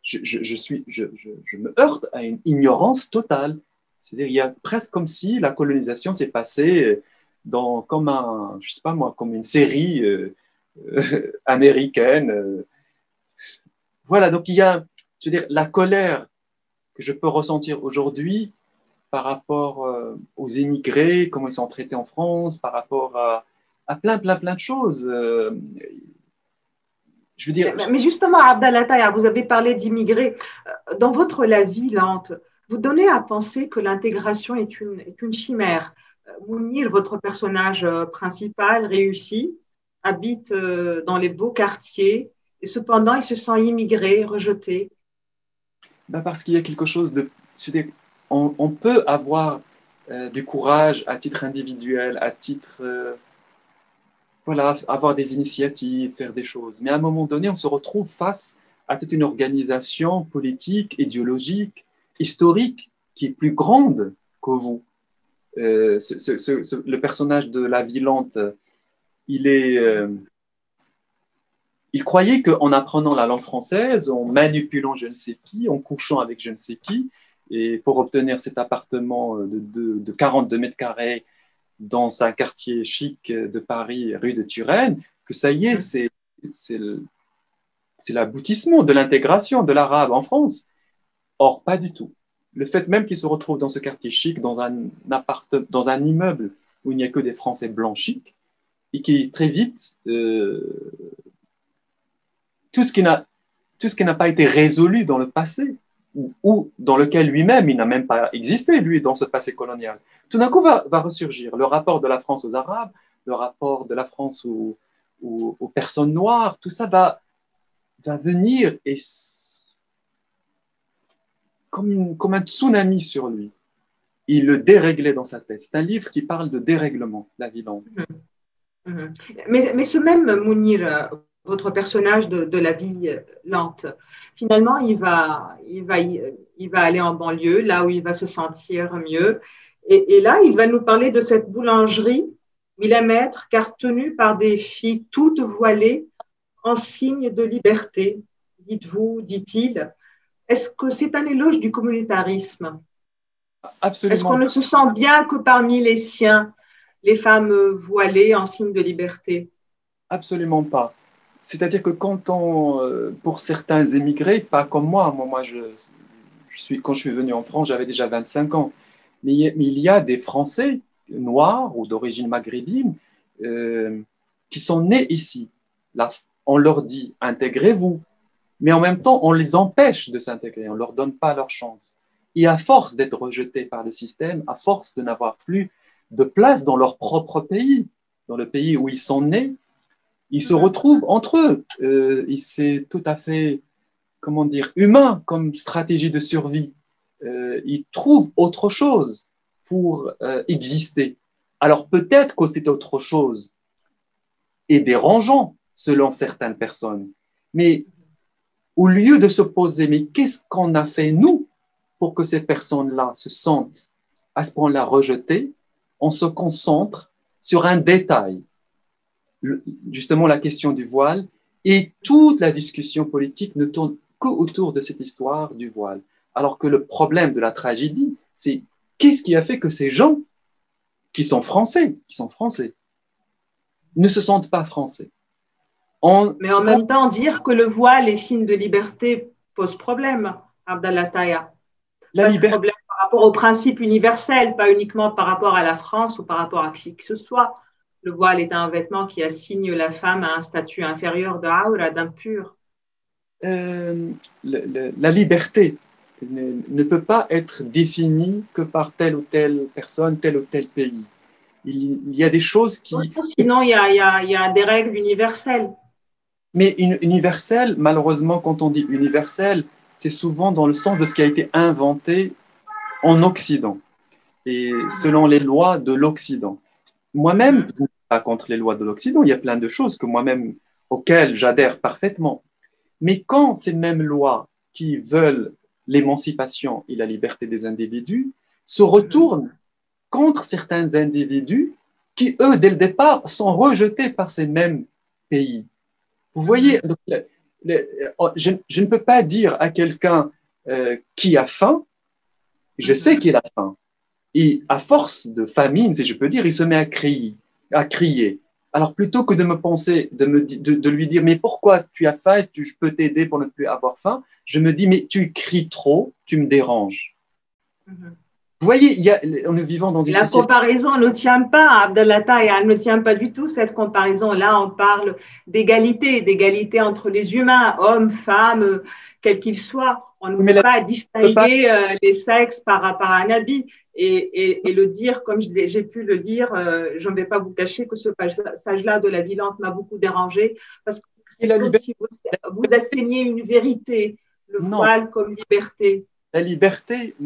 je me heurte à une ignorance totale. C'est-à-dire, il y a presque comme si la colonisation s'est passée comme je sais pas moi, comme une série américaine. Voilà, donc il y a, je veux dire, la colère que je peux ressentir aujourd'hui par rapport aux émigrés, comment ils sont traités en France, par rapport à plein de choses. Je veux dire, mais justement, Abdallah Taïa, vous avez parlé d'immigrés. Dans votre La Vie lente, vous donnez à penser que l'intégration est une chimère. Mounir, votre personnage principal, réussi, habite dans les beaux quartiers et cependant il se sent immigré, rejeté. parce qu'il y a quelque chose de. On peut avoir du courage à titre individuel, à titre voilà, avoir des initiatives, faire des choses. Mais à un moment donné, on se retrouve face à toute une organisation politique, idéologique, historique, qui est plus grande que vous. Le personnage de la Vilante, il est, il croyait qu'en apprenant la langue française, en manipulant je ne sais qui, en couchant avec je ne sais qui, et pour obtenir cet appartement de 42 mètres carrés dans un quartier chic de Paris, rue de Turenne, que ça y est, c'est l'aboutissement de l'intégration de l'arabe en France. Or, pas du tout. Le fait même qu'il se retrouve dans ce quartier chic, dans un immeuble où il n'y a que des Français blancs chics, et qui très vite, tout ce qui n'a pas été résolu dans le passé, ou dans lequel lui-même, il n'a même pas existé, lui, dans ce passé colonial, tout d'un coup va ressurgir. Le rapport de la France aux Arabes, le rapport de la France aux personnes noires, tout ça va venir et comme un tsunami sur lui. Il le déréglait dans sa tête. C'est un livre qui parle de dérèglement, la vie longue. Mais ce même Mounir, votre personnage de la vie lente, finalement, il va aller en banlieue, là où il va se sentir mieux. Et là, il va nous parler de cette boulangerie où il aime être car tenu par des filles toutes voilées en signe de liberté. Dites-vous, dit-il. Est-ce que c'est un éloge du communautarisme? Absolument. Est-ce qu'on ne se sent bien que parmi les siens, les femmes voilées en signe de liberté? Absolument pas. C'est-à-dire que pour certains émigrés, pas comme moi, quand je suis venu en France, j'avais déjà 25 ans, mais il y a des Français noirs ou d'origine maghrébine qui sont nés ici. Là, on leur dit intégrez-vous, mais en même temps, on les empêche de s'intégrer, on ne leur donne pas leur chance. Et à force d'être rejetés par le système, à force de n'avoir plus de place dans leur propre pays, dans le pays où ils sont nés, ils se retrouvent entre eux. C'est tout à fait, comment dire, humain comme stratégie de survie. Ils trouvent autre chose pour exister. Alors peut-être que c'est autre chose et dérangeant selon certaines personnes, mais au lieu de se poser, mais qu'est-ce qu'on a fait nous pour que ces personnes-là se sentent à ce point-là rejetées, on se concentre sur un détail, justement la question du voile, et toute la discussion politique ne tourne qu'autour de cette histoire du voile. Alors que le problème de la tragédie, c'est qu'est-ce qui a fait que ces gens qui sont français, ne se sentent pas français. Mais en même temps, dire que le voile est signe de liberté pose problème, Abdallah Taïa. Problème par rapport au principe universel, pas uniquement par rapport à la France ou par rapport à qui que ce soit. Le voile est un vêtement qui assigne la femme à un statut inférieur de aura, d'impur. La liberté ne peut pas être définie que par telle ou telle personne, tel ou tel pays. Il y a des choses qui… Sinon, il y a des règles universelles. Mais universel, malheureusement, quand on dit universel, c'est souvent dans le sens de ce qui a été inventé en Occident et selon les lois de l'Occident. Moi-même, je ne suis pas contre les lois de l'Occident, il y a plein de choses auxquelles j'adhère parfaitement. Mais quand ces mêmes lois qui veulent l'émancipation et la liberté des individus se retournent contre certains individus qui, eux, dès le départ, sont rejetés par ces mêmes pays. Vous voyez, donc, je ne peux pas dire à quelqu'un qui a faim, je sais qu'il a faim. Et à force de famine, si je peux dire, il se met à crier. Alors plutôt que de me penser, de lui dire, mais pourquoi tu as faim, je peux t'aider pour ne plus avoir faim, je me dis, mais tu cries trop, tu me déranges. Vous voyez, on est vivant dans une société… La comparaison ne tient pas, Abdallah Taïa, elle ne tient pas du tout, cette comparaison-là. On parle d'égalité entre les humains, hommes, femmes, quels qu'ils soient. On ne peut pas distinguer les sexes par un habit et le dire, comme j'ai pu le dire, je ne vais pas vous cacher que ce passage-là de La Villante m'a beaucoup dérangé parce que c'est comme si vous asséniez une vérité, le voile comme liberté. La liberté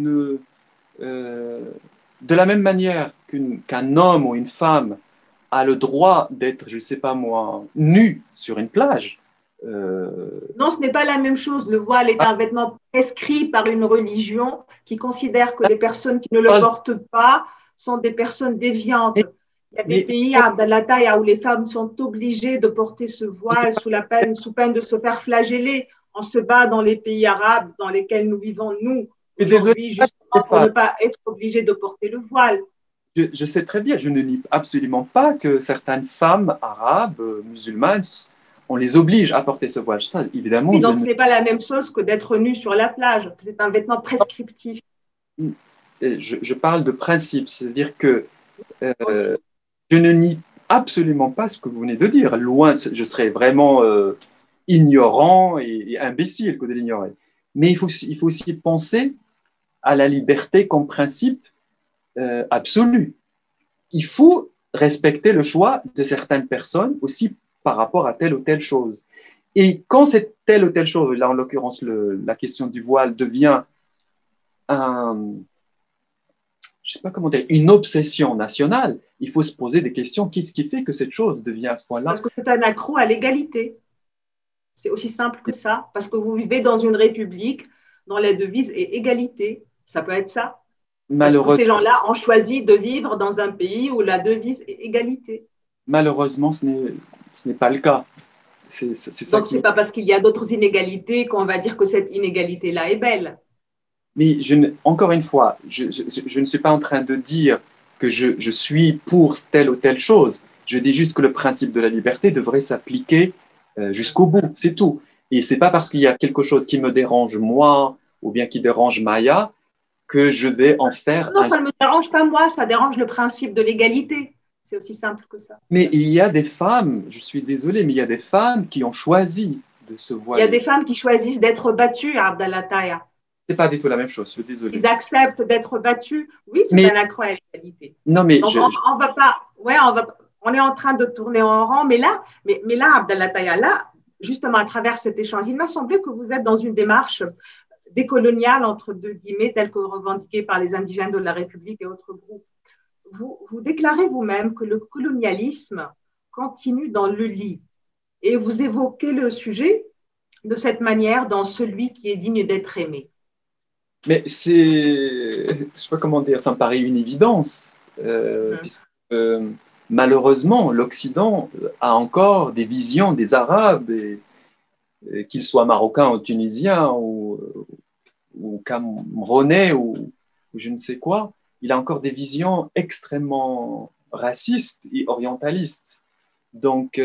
de la même manière qu'un homme ou une femme a le droit d'être, je ne sais pas moi, nu sur une plage. Non, ce n'est pas la même chose. Le voile est un vêtement prescrit par une religion qui considère que les personnes qui ne le portent pas sont des personnes déviantes. Il y a des pays à Abdallah Taïa où les femmes sont obligées de porter ce voile sous peine de se faire flageller. On se bat dans les pays arabes dans lesquels nous vivons, nous, désolé, aujourd'hui, justement pour ne pas être obligées de porter le voile. je sais très bien, je ne nie absolument pas que certaines femmes arabes, musulmanes, on les oblige à porter ce voile. Ça, évidemment. Oui, donc ce n'est pas la même chose que d'être nu sur la plage. C'est un vêtement prescriptif. Je parle de principe, c'est-à-dire que je ne nie absolument pas ce que vous venez de dire. Loin, je serais vraiment ignorant et imbécile que de l'ignorer. Mais il faut aussi penser à la liberté comme principe absolu. Il faut respecter le choix de certaines personnes aussi par rapport à telle ou telle chose. Et quand c'est telle ou telle chose, là en l'occurrence la question du voile devient je sais pas comment dire, une obsession nationale, il faut se poser des questions. Qu'est-ce qui fait que cette chose devient à ce point-là? Parce que c'est un accroc à l'égalité. C'est aussi simple que ça. Parce que vous vivez dans une république dont la devise est égalité. Ça peut être ça. Parce que ces gens-là ont choisi de vivre dans un pays où la devise est égalité. Malheureusement, ce n'est pas le cas. Donc, ce n'est pas parce qu'il y a d'autres inégalités qu'on va dire que cette inégalité-là est belle. Mais encore une fois, je ne suis pas en train de dire que je suis pour telle ou telle chose. Je dis juste que le principe de la liberté devrait s'appliquer jusqu'au bout, c'est tout. Et ce n'est pas parce qu'il y a quelque chose qui me dérange moi ou bien qui dérange Maya que je vais en faire… Non, ça ne me dérange pas moi, ça dérange le principe de l'égalité. C'est aussi simple que ça. Mais il y a des femmes, je suis désolé, mais il y a des femmes qui ont choisi de se voiler. Il y a des femmes qui choisissent d'être battues à Abdallah Taïa. C'est pas du tout la même chose, je suis désolé. Ils acceptent d'être battus. Oui, c'est un accroc à l'égalité. Non, mais donc, on va pas. Ouais, on est en train de tourner en rond, mais là, Abdallah Taïa, là, justement, à travers cet échange, il m'a semblé que vous êtes dans une démarche décoloniale, entre deux guillemets, telle que revendiquée par les indigènes de la République et autres groupes. Vous déclarez vous-même que le colonialisme continue dans le lit. Et vous évoquez le sujet de cette manière dans Celui qui est digne d'être aimé. Mais je sais pas comment dire, ça me paraît une évidence, puisque malheureusement, l'Occident a encore des visions des Arabes, qu'ils soient marocains ou tunisiens ou camerounais ou je ne sais quoi, il a encore des visions extrêmement racistes et orientalistes. Donc,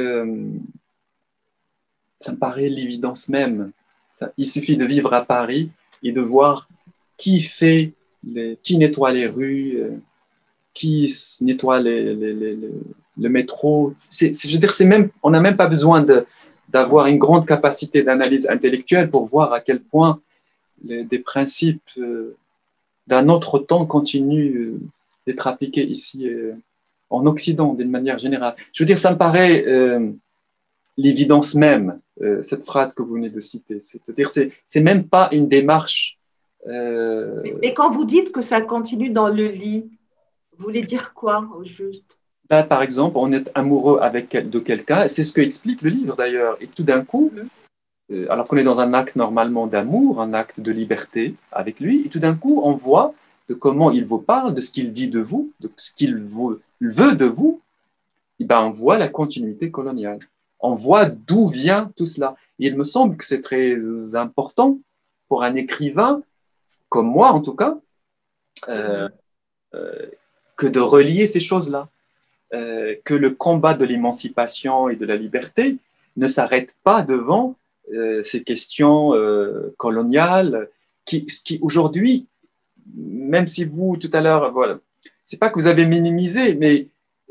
ça me paraît l'évidence même. Il suffit de vivre à Paris et de voir qui nettoie les rues, qui nettoie le métro. Je veux dire, on n'a même pas besoin d'avoir une grande capacité d'analyse intellectuelle pour voir à quel point des principes d'un autre temps continuent d'être appliqués ici en Occident d'une manière générale. Je veux dire, ça me paraît l'évidence même, cette phrase que vous venez de citer. C'est-à-dire, c'est même pas une démarche. Mais quand vous dites que ça continue dans le lit, vous voulez dire quoi au juste? Ben, par exemple, on est amoureux de quelqu'un, c'est ce que explique le livre d'ailleurs, et tout d'un coup, alors qu'on est dans un acte normalement d'amour, un acte de liberté avec lui, et tout d'un coup, on voit de comment il vous parle, de ce qu'il dit de vous, de ce qu'il veut de vous, et ben, on voit la continuité coloniale. On voit d'où vient tout cela. Et il me semble que c'est très important pour un écrivain, comme moi en tout cas, que de relier ces choses-là. Que le combat de l'émancipation et de la liberté ne s'arrête pas devant ces questions coloniales qui aujourd'hui, même si vous, tout à l'heure, voilà, c'est pas que vous avez minimisé, mais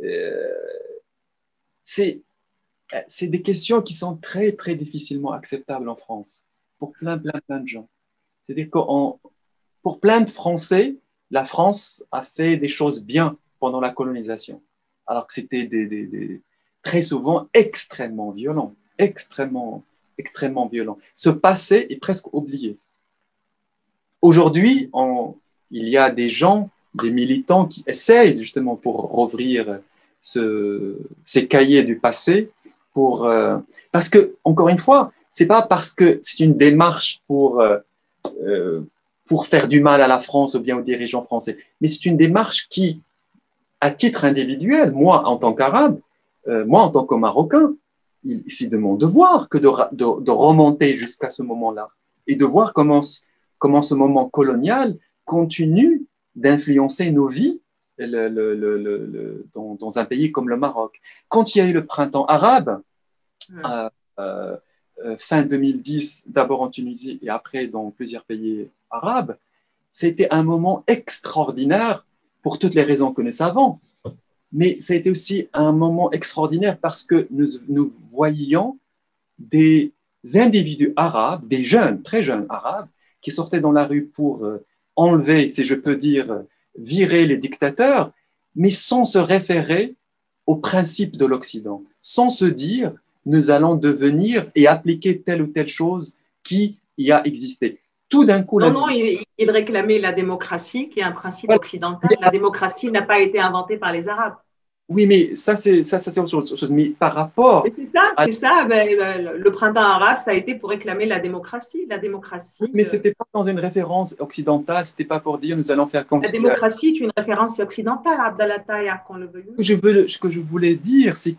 c'est des questions qui sont très, très difficilement acceptables en France pour plein de gens. C'est-à-dire que pour plein de Français, la France a fait des choses bien pendant la colonisation, alors que c'était très souvent extrêmement violent, extrêmement violent. Ce passé est presque oublié. Aujourd'hui, il y a des gens, des militants qui essayent justement pour rouvrir ces cahiers du passé, parce que, encore une fois, c'est pas parce que c'est une démarche pour faire du mal à la France ou bien aux dirigeants français, mais c'est une démarche qui à titre individuel, moi en tant qu'Arabe, moi en tant que Marocain, c'est de mon devoir que de remonter jusqu'à ce moment-là et de voir comment ce moment colonial continue d'influencer nos vies dans un pays comme le Maroc. Quand il y a eu le printemps arabe, euh, euh, fin 2010, d'abord en Tunisie et après dans plusieurs pays arabes, c'était un moment extraordinaire pour toutes les raisons que nous savons. Mais ça a été aussi un moment extraordinaire parce que nous voyions des individus arabes, des jeunes, très jeunes arabes, qui sortaient dans la rue pour enlever, si je peux dire, virer les dictateurs, mais sans se référer aux principes de l'Occident, sans se dire, nous allons devenir et appliquer telle ou telle chose qui y a existé. Tout d'un coup, non, il réclamait la démocratie, qui est un principe voilà. occidental. La démocratie n'a pas été inventée par les Arabes. Oui, mais ça c'est autre chose. Mais par rapport c'est ça. Le printemps arabe, ça a été pour réclamer la démocratie. La démocratie. Oui, mais c'était pas dans une référence occidentale. C'était pas pour dire nous allons faire comme. La démocratie est une référence occidentale, Abdallah Taïa, qu'on le veuille. Ce que je voulais dire, c'est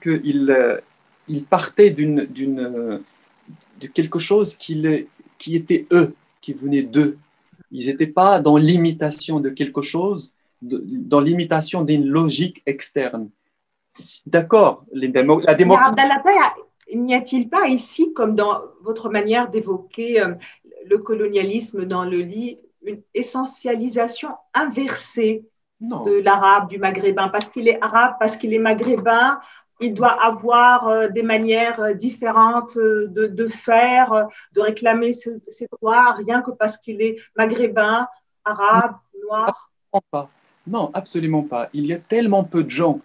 qu'il partait de quelque chose qui était eux, qui venait d'eux. Ils n'étaient pas dans l'imitation de quelque chose, dans l'imitation d'une logique externe. D'accord, la démocratie. Abdallah Taïa, n'y a-t-il pas ici, comme dans votre manière d'évoquer le colonialisme dans le lit, une essentialisation inversée de l'arabe, du maghrébin? Parce qu'il est arabe, parce qu'il est maghrébin, il doit avoir des manières différentes de faire, de réclamer ses droits, rien que parce qu'il est maghrébin, arabe, noir. Non, absolument pas. Il y a tellement peu de gens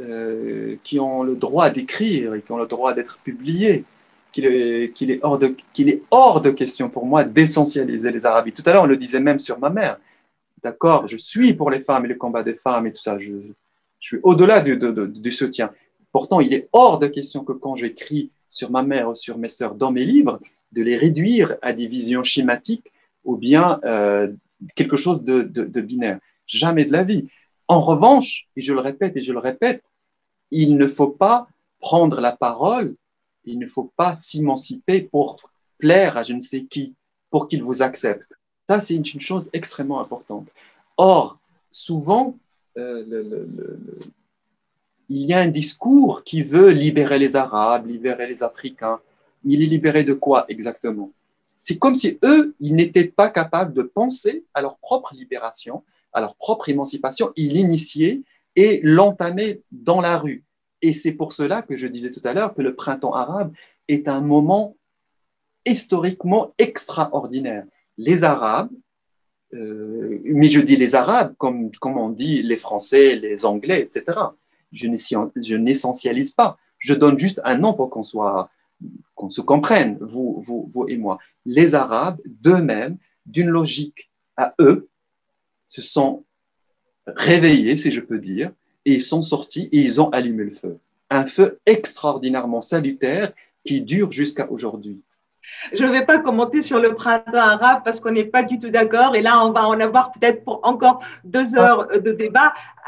qui ont le droit d'écrire et qui ont le droit d'être publiés qu'il est hors de question pour moi d'essentialiser les Arabes. Tout à l'heure, on le disait même sur ma mère. D'accord, je suis pour les femmes et le combat des femmes et tout ça. Je suis au-delà du soutien. Pourtant, il est hors de question que quand j'écris sur ma mère ou sur mes sœurs dans mes livres, de les réduire à des visions schématiques ou bien quelque chose de binaire. Jamais de la vie. En revanche, et je le répète, il ne faut pas prendre la parole, il ne faut pas s'émanciper pour plaire à je ne sais qui, pour qu'il vous accepte. Ça, c'est une chose extrêmement importante. Or, souvent, il y a un discours qui veut libérer les Arabes, libérer les Africains. Mais il est libéré de quoi exactement? C'est comme si eux, ils n'étaient pas capables de penser à leur propre libération, à leur propre émancipation, ils l'initiaient et l'entamaient dans la rue. Et c'est pour cela que je disais tout à l'heure que le printemps arabe est un moment historiquement extraordinaire. Les Arabes, mais je dis les Arabes comme on dit les Français, les Anglais, etc. Je n'essentialise pas. Je donne juste un nom pour qu'on se comprenne, vous et moi. Les Arabes, d'eux-mêmes, d'une logique à eux, se sont réveillés, si je peux dire, et ils sont sortis et ils ont allumé le feu. Un feu extraordinairement salutaire qui dure jusqu'à aujourd'hui. Je ne vais pas commenter sur le printemps arabe parce qu'on n'est pas du tout d'accord. Et là, on va en avoir peut-être pour encore 2 heures de débat.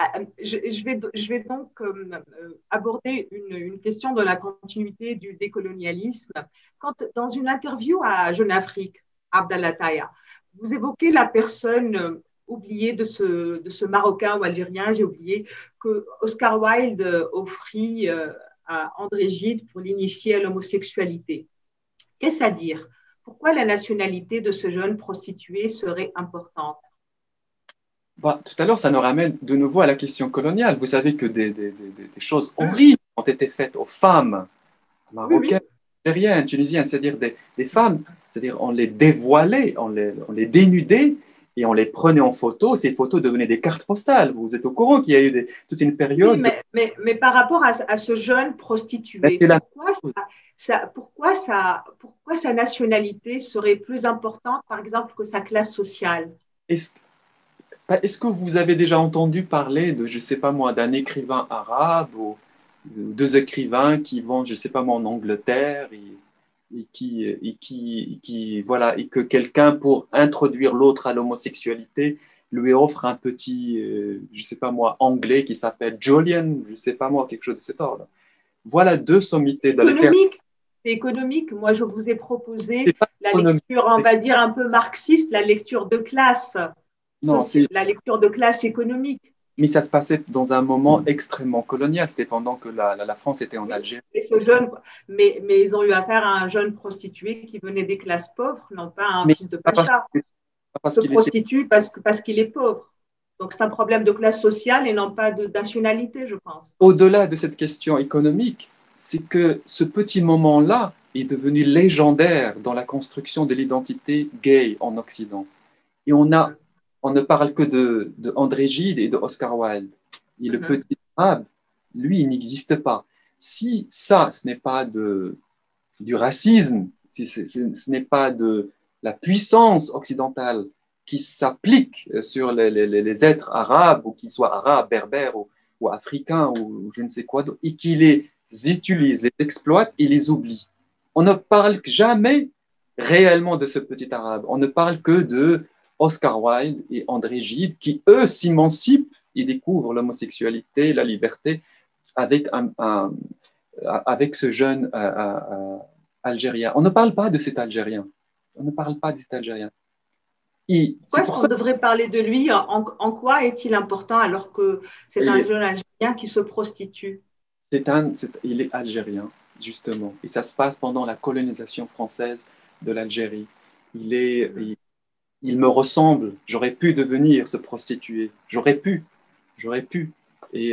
Je vais donc aborder une question de la continuité du décolonialisme. Quand, dans une interview à Jeune Afrique, Abdallah Taïa, vous évoquez la personne oubliée de ce Marocain ou Algérien, j'ai oublié, que Oscar Wilde offrit à André Gide pour l'initier à l'homosexualité. Qu'est-ce à dire? Pourquoi la nationalité de ce jeune prostitué serait importante? Tout à l'heure, ça nous ramène de nouveau à la question coloniale. Vous savez que des choses horribles ont été faites aux femmes marocaines, algériennes, tunisiennes, c'est-à-dire des femmes, c'est-à-dire on les dévoilait, on les dénudait et on les prenait en photo. Ces photos devenaient des cartes postales. Vous êtes au courant qu'il y a eu toute une période. Oui, mais par rapport à ce jeune prostitué, pourquoi sa nationalité serait plus importante, par exemple, que sa classe sociale? Est-ce que vous avez déjà entendu parler de, je ne sais pas moi, d'un écrivain arabe ou 2 écrivains qui vont, je ne sais pas moi, en Angleterre et qui voilà, et que quelqu'un, pour introduire l'autre à l'homosexualité, lui offre un petit, je ne sais pas moi, anglais qui s'appelle Julian, je ne sais pas moi, quelque chose de cet ordre. Voilà deux sommités de littérature. Économique, c'est économique. Moi, je vous ai C'est proposé pas la économique. lecture, on va dire, un peu marxiste, la lecture de classe, Non, la lecture de classe économique. mais ça se passait dans un moment extrêmement colonial. C'était pendant que la France était en Algérie. Et ce jeune, mais ils ont eu affaire à un jeune prostitué qui venait des classes pauvres, non pas à un Mais fils de pas parce, pacha. pas parce Se qu'il était. prostitue parce qu'il est pauvre. Donc c'est un problème de classe sociale et non pas de nationalité, je pense. Au-delà de cette question économique, c'est que ce petit moment-là est devenu légendaire dans la construction de l'identité gay en Occident. Et on ne parle que de André Gide et de Oscar Wilde. Et le petit arabe, lui, il n'existe pas. Si ça, ce n'est pas du racisme, si ce n'est pas de la puissance occidentale qui s'applique sur les êtres arabes, ou qu'ils soient arabes, berbères ou africains, ou je ne sais quoi, et qui les utilise, les exploite et les oublie. On ne parle jamais réellement de ce petit arabe. On ne parle que de Oscar Wilde et André Gide, qui, eux, s'émancipent et découvrent l'homosexualité, la liberté avec, avec ce jeune Algérien. On ne parle pas de cet Algérien. On ne parle pas de cet Algérien. Pourquoi est-ce qu'on devrait parler de lui? En quoi est-il important alors que c'est un jeune Algérien qui se prostitue? Il est algérien, justement. Et ça se passe pendant la colonisation française de l'Algérie. Il me ressemble. J'aurais pu devenir se prostituer. J'aurais pu. Et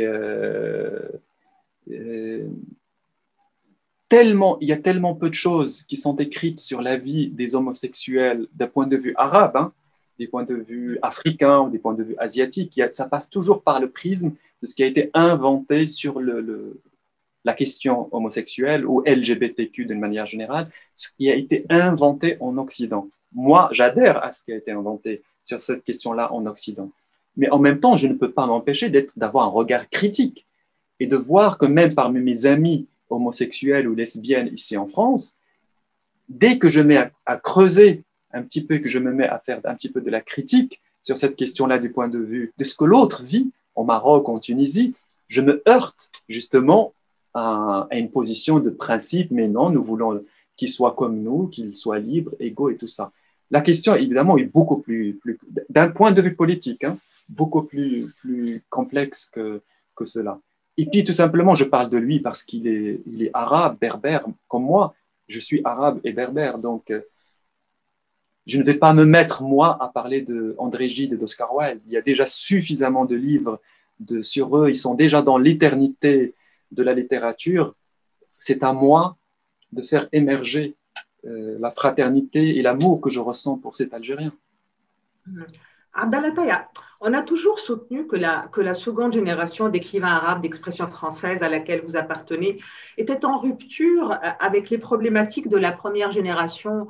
il y a tellement peu de choses qui sont écrites sur la vie des homosexuels d'un point de vue arabe, hein, des points de vue africains ou des points de vue asiatiques. Ça passe toujours par le prisme de ce qui a été inventé sur la question homosexuelle ou LGBTQ d'une manière générale, ce qui a été inventé en Occident. Moi, j'adhère à ce qui a été inventé sur cette question-là en Occident. Mais en même temps, je ne peux pas m'empêcher d'avoir un regard critique et de voir que même parmi mes amis homosexuels ou lesbiennes ici en France, dès que je mets à creuser un petit peu, que je me mets à faire un petit peu de la critique sur cette question-là du point de vue de ce que l'autre vit au Maroc, en Tunisie, je me heurte justement à une position de principe, mais non, nous voulons qu'il soit comme nous, qu'il soit libre, égaux et tout ça. La question, évidemment, est beaucoup plus d'un point de vue politique, hein, beaucoup plus complexe que cela. Et puis, tout simplement, je parle de lui parce qu'il est arabe, berbère, comme moi. Je suis arabe et berbère, donc je ne vais pas me mettre, moi, à parler d'André Gide et d'Oscar Wilde. Il y a déjà suffisamment de livres sur eux. Ils sont déjà dans l'éternité de la littérature. C'est à moi de faire émerger la fraternité et l'amour que je ressens pour cet Algérien. Abdallah Taya, on a toujours soutenu que la seconde génération d'écrivains arabes d'expression française à laquelle vous appartenez était en rupture avec les problématiques de la première génération,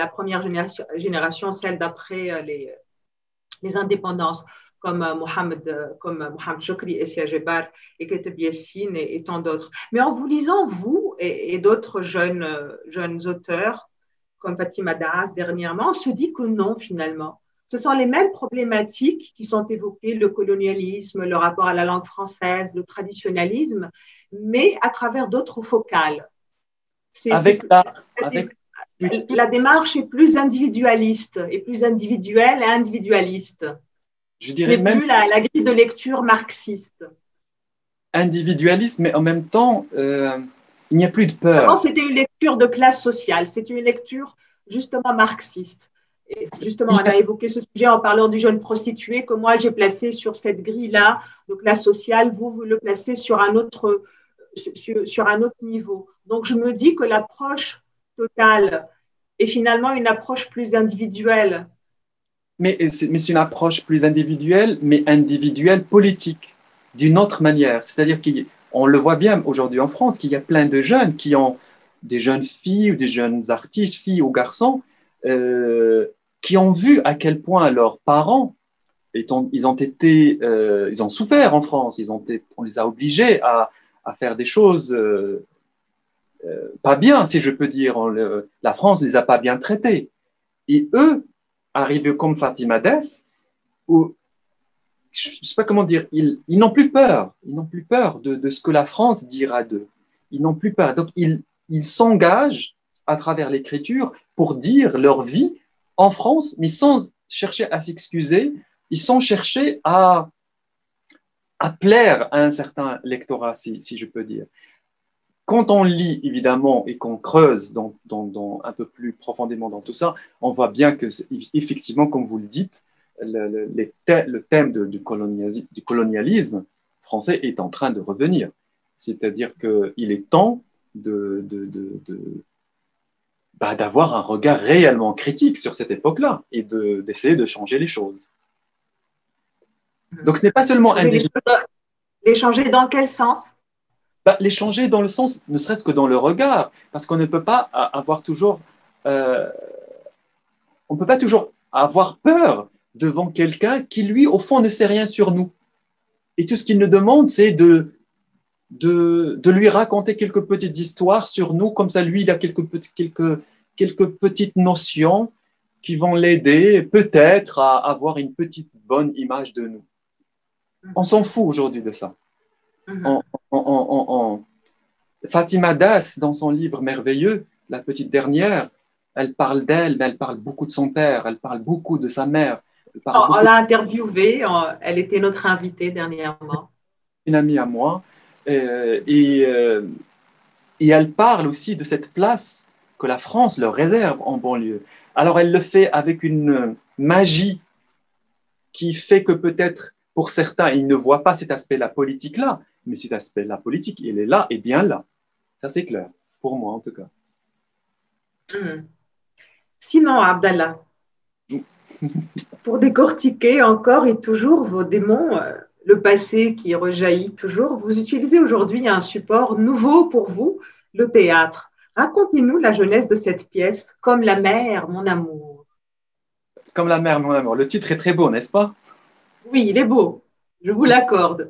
celle d'après les indépendances, comme Mohamed Chokri, Essia Gebar, et Keteb Yassine et tant d'autres. Mais en vous lisant, vous et d'autres jeunes auteurs, comme Fatima Daas dernièrement, on se dit que non, finalement. Ce sont les mêmes problématiques qui sont évoquées, le colonialisme, le rapport à la langue française, le traditionnalisme, mais à travers d'autres focales. La démarche est plus individualiste, et plus individuelle et individualiste. Je dirais même plus la grille de lecture marxiste. Individualiste, mais en même temps, il n'y a plus de peur. Avant, c'était une lecture de classe sociale, c'est une lecture justement marxiste. Et justement, on a évoqué ce sujet en parlant du jeune prostitué que moi j'ai placé sur cette grille-là de classe sociale, vous le placez sur un autre niveau. Donc je me dis que l'approche totale est finalement une approche plus individuelle. Mais c'est une approche plus individuelle, mais individuelle politique, d'une autre manière. C'est-à-dire qu'on le voit bien aujourd'hui en France, qu'il y a plein de jeunes qui ont des jeunes filles ou des jeunes artistes, filles ou garçons, qui ont vu à quel point leurs parents, ils ont souffert en France, on les a obligés à faire des choses pas bien, si je peux dire. La France ne les a pas bien traités. Et eux, arrivés comme Fatima Dess, où je ne sais pas comment dire, ils n'ont plus peur. Ils n'ont plus peur de ce que la France dira d'eux. Ils n'ont plus peur. Donc, ils s'engagent à travers l'écriture pour dire leur vie en France, mais sans chercher à s'excuser, ils sans chercher à plaire à un certain lectorat, si je peux dire. Quand on lit, évidemment, et qu'on creuse un peu plus profondément dans tout ça, on voit bien que, effectivement, comme vous le dites, le thème du colonialisme français est en train de revenir. C'est-à-dire qu'il est temps d'avoir un regard réellement critique sur cette époque-là et d'essayer de changer les choses. Donc, ce n'est pas seulement les changer dans quel sens? Les changer dans le sens, ne serait-ce que dans le regard, parce qu'on ne peut pas avoir toujours, on peut pas toujours avoir peur devant quelqu'un qui, lui, au fond, ne sait rien sur nous. Et tout ce qu'il nous demande, c'est de lui raconter quelques petites histoires sur nous, comme ça, lui, il a quelques petites notions qui vont l'aider peut-être à avoir une petite bonne image de nous. On s'en fout aujourd'hui de ça. Fatima Das, dans son livre merveilleux, La petite dernière, elle parle d'elle, mais elle parle beaucoup de son père, elle parle beaucoup de sa mère. On l'a interviewée, elle était notre invitée dernièrement. Une amie à moi, et elle parle aussi de cette place que la France leur réserve en banlieue. Alors elle le fait avec une magie qui fait que peut-être pour certains, ils ne voient pas cet aspect-là politique-là, mais cet aspect-là politique, il est là et bien là. Ça, c'est clair, pour moi en tout cas. Sinon, Abdallah, pour décortiquer encore et toujours vos démons, le passé qui rejaillit toujours, vous utilisez aujourd'hui un support nouveau pour vous, le théâtre. Racontez-nous la jeunesse de cette pièce, Comme la mer, mon amour. Comme la mer, mon amour. Le titre est très beau, n'est-ce pas? Oui, il est beau. Je vous l'accorde.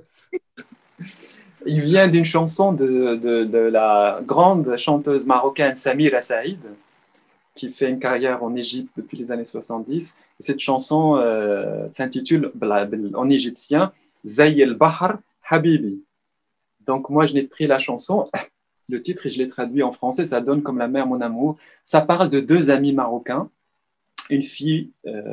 Il vient d'une chanson de la grande chanteuse marocaine Samira Saïd, qui fait une carrière en Égypte depuis les années 70. Et cette chanson s'intitule en égyptien Zay el-Bahr Habibi. Donc moi, je n'ai pris la chanson, le titre, et je l'ai traduit en français, ça donne Comme la mer, mon amour. Ça parle de deux amis marocains, une fille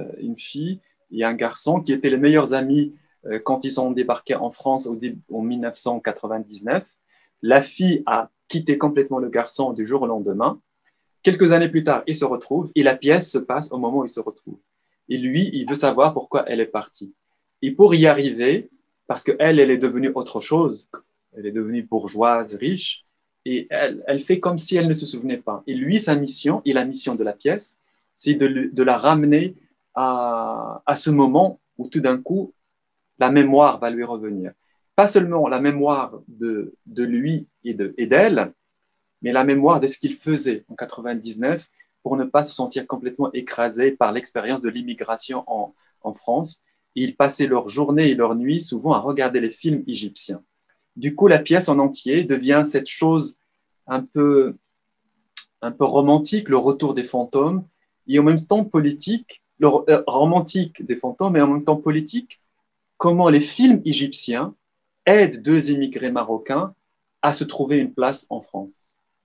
et un garçon qui étaient les meilleurs amis quand ils ont débarqué en France en 1999. La fille a quitté complètement le garçon du jour au lendemain. Quelques années plus tard, ils se retrouvent et la pièce se passe au moment où ils se retrouvent. Et lui, il veut savoir pourquoi elle est partie. Et pour y arriver, parce qu'elle est devenue autre chose, elle est devenue bourgeoise, riche, et elle fait comme si elle ne se souvenait pas. Et lui, sa mission, et la mission de la pièce, c'est de la ramener à ce moment où tout d'un coup, la mémoire va lui revenir. Pas seulement la mémoire de lui et d'elle, mais la mémoire de ce qu'il faisait en 99 pour ne pas se sentir complètement écrasé par l'expérience de l'immigration en France. Et ils passaient leur journée et leur nuit souvent à regarder les films égyptiens. Du coup, la pièce en entier devient cette chose un peu romantique, le retour des fantômes, et en même temps politique, romantique des fantômes, et en même temps politique, comment les films égyptiens aident deux immigrés marocains à se trouver une place en France.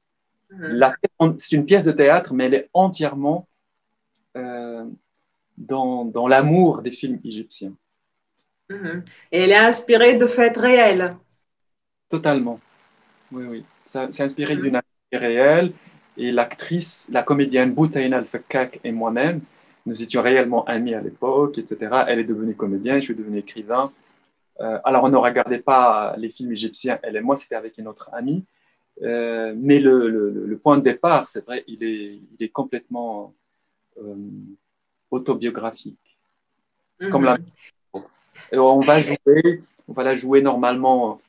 C'est une pièce de théâtre, mais elle est entièrement dans l'amour des films égyptiens. Et elle est inspirée de faits réels. Totalement. Oui, oui. C'est inspiré d'une activité réelle. Et l'actrice, la comédienne Boutaina Al-Fakkak et moi-même, nous étions réellement amis à l'époque, etc. Elle est devenue comédienne, je suis devenu écrivain. Alors, on ne regardait pas les films égyptiens, elle et moi, c'était avec une autre amie. Mais le point de départ, c'est vrai, il est complètement autobiographique. Comme la... Et on va la jouer normalement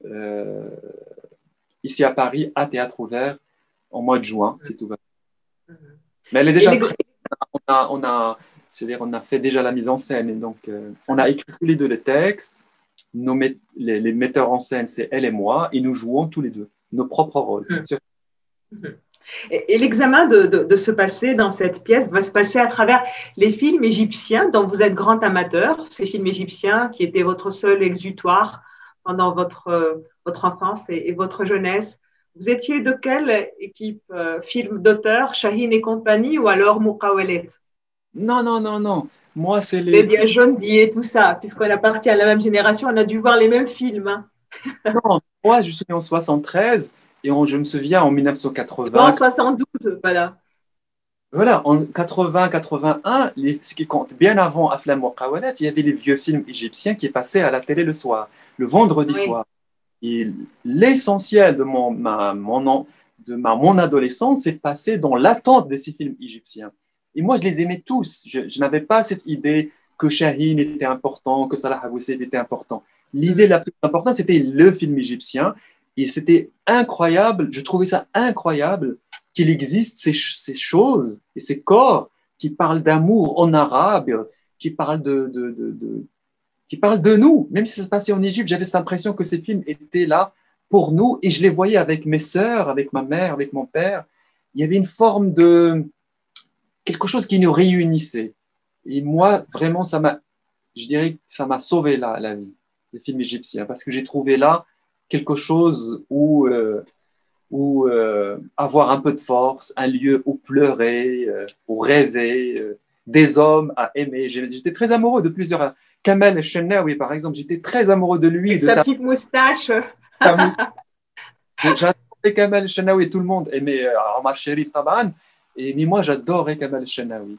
ici à Paris, à Théâtre Ouvert, en mois de juin, si tout va bien. Mais elle est déjà prête. On a fait déjà la mise en scène. Et donc, on a écrit tous les deux les textes. Les metteurs en scène, c'est elle et moi. Et nous jouons tous les deux nos propres rôles. Et l'examen de ce passé dans cette pièce va se passer à travers les films égyptiens dont vous êtes grand amateur, ces films égyptiens qui étaient votre seul exutoire pendant votre enfance et votre jeunesse. Vous étiez de quelle équipe film d'auteur, Chahine et compagnie ou alors Moukawelet? Non, non, non, non. Moi, c'est les... Lydia Jondi et tout ça, puisqu'on appartient à la même génération, on a dû voir les mêmes films. Hein. Non, moi, je suis né en 73 et je me souviens en Moi, en 1980. 72, voilà. Voilà, en 80-81, ce qui compte bien avant Aflam wa Qawalat, il y avait les vieux films égyptiens qui passaient à la télé le soir, le vendredi Oui. soir. Et l'essentiel de mon adolescence s'est passé dans l'attente de ces films égyptiens. Et moi, je les aimais tous. Je n'avais pas cette idée que Shahin était important, que Salah Abou-Saïd était important. L'idée la plus importante, c'était le film égyptien. Et c'était incroyable, je trouvais ça incroyable qu'il existe ces choses et ces corps qui parlent d'amour en arabe, qui parlent qui parlent de nous. Même si ça se passait en Égypte, j'avais cette impression que ces films étaient là pour nous et je les voyais avec mes sœurs, avec ma mère, avec mon père. Il y avait une forme de quelque chose qui nous réunissait. Et moi, vraiment, je dirais que ça m'a sauvé la vie, les films égyptiens, parce que j'ai trouvé là quelque chose où avoir un peu de force, un lieu où pleurer, où rêver, des hommes à aimer. J'étais très amoureux de plusieurs. Kamel Chenaoui, par exemple, j'étais très amoureux de lui, Avec de sa petite moustache. sa moustache. J'adorais Kamel Chenaoui, tout le monde aimait Omar Sharif Taban, mais moi j'adorais Kamel Chenaoui.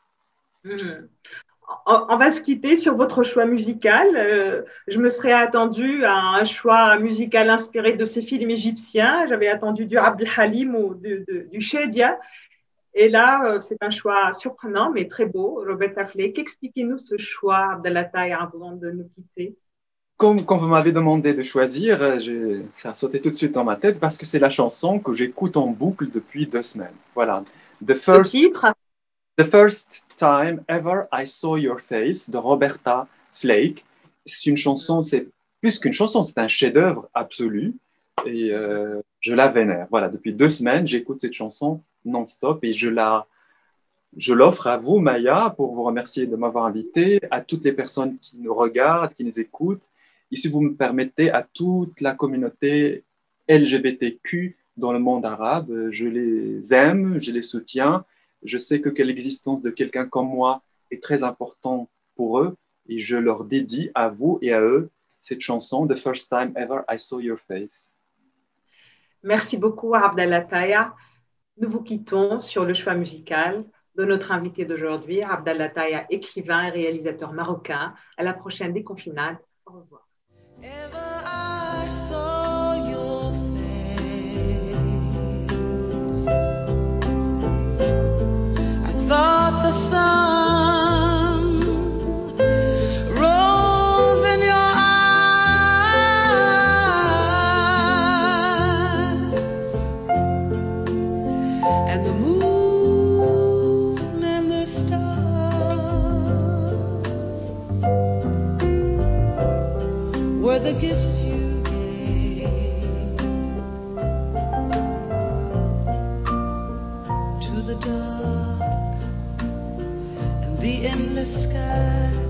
On va se quitter sur votre choix musical. Je me serais attendue à un choix musical inspiré de ces films égyptiens. J'avais attendu du Abdel Halim ou du Shedia. Et là, c'est un choix surprenant, mais très beau. Roberta Fleck, expliquez-nous ce choix, Abdelattaï, avant de nous quitter. Comme vous m'avez demandé de choisir, ça a sauté tout de suite dans ma tête parce que c'est la chanson que j'écoute en boucle depuis 2 semaines. Voilà. The Le First titre, The First Time Ever I Saw Your Face de Roberta Flack. C'est une chanson, c'est plus qu'une chanson, c'est un chef-d'œuvre absolu et je la vénère. Voilà, depuis 2 semaines, j'écoute cette chanson non-stop et je l'offre à vous, Maya, pour vous remercier de m'avoir invité, à toutes les personnes qui nous regardent, qui nous écoutent, et si vous me permettez, à toute la communauté LGBTQ dans le monde arabe. Je les aime, je les soutiens. Je sais que l'existence de quelqu'un comme moi est très importante pour eux, et je leur dédie à vous et à eux cette chanson, The First Time Ever I Saw Your Face. merci beaucoup, Abdelattaï. Nous vous quittons sur le choix musical de notre invité d'aujourd'hui, Abdelattaï, écrivain et réalisateur marocain. À la prochaine déconfinade. Au revoir. Ever I saw your face, I thought the sun rose in your eyes, and the moon and the stars were the gifts you gave to the dark and the endless sky.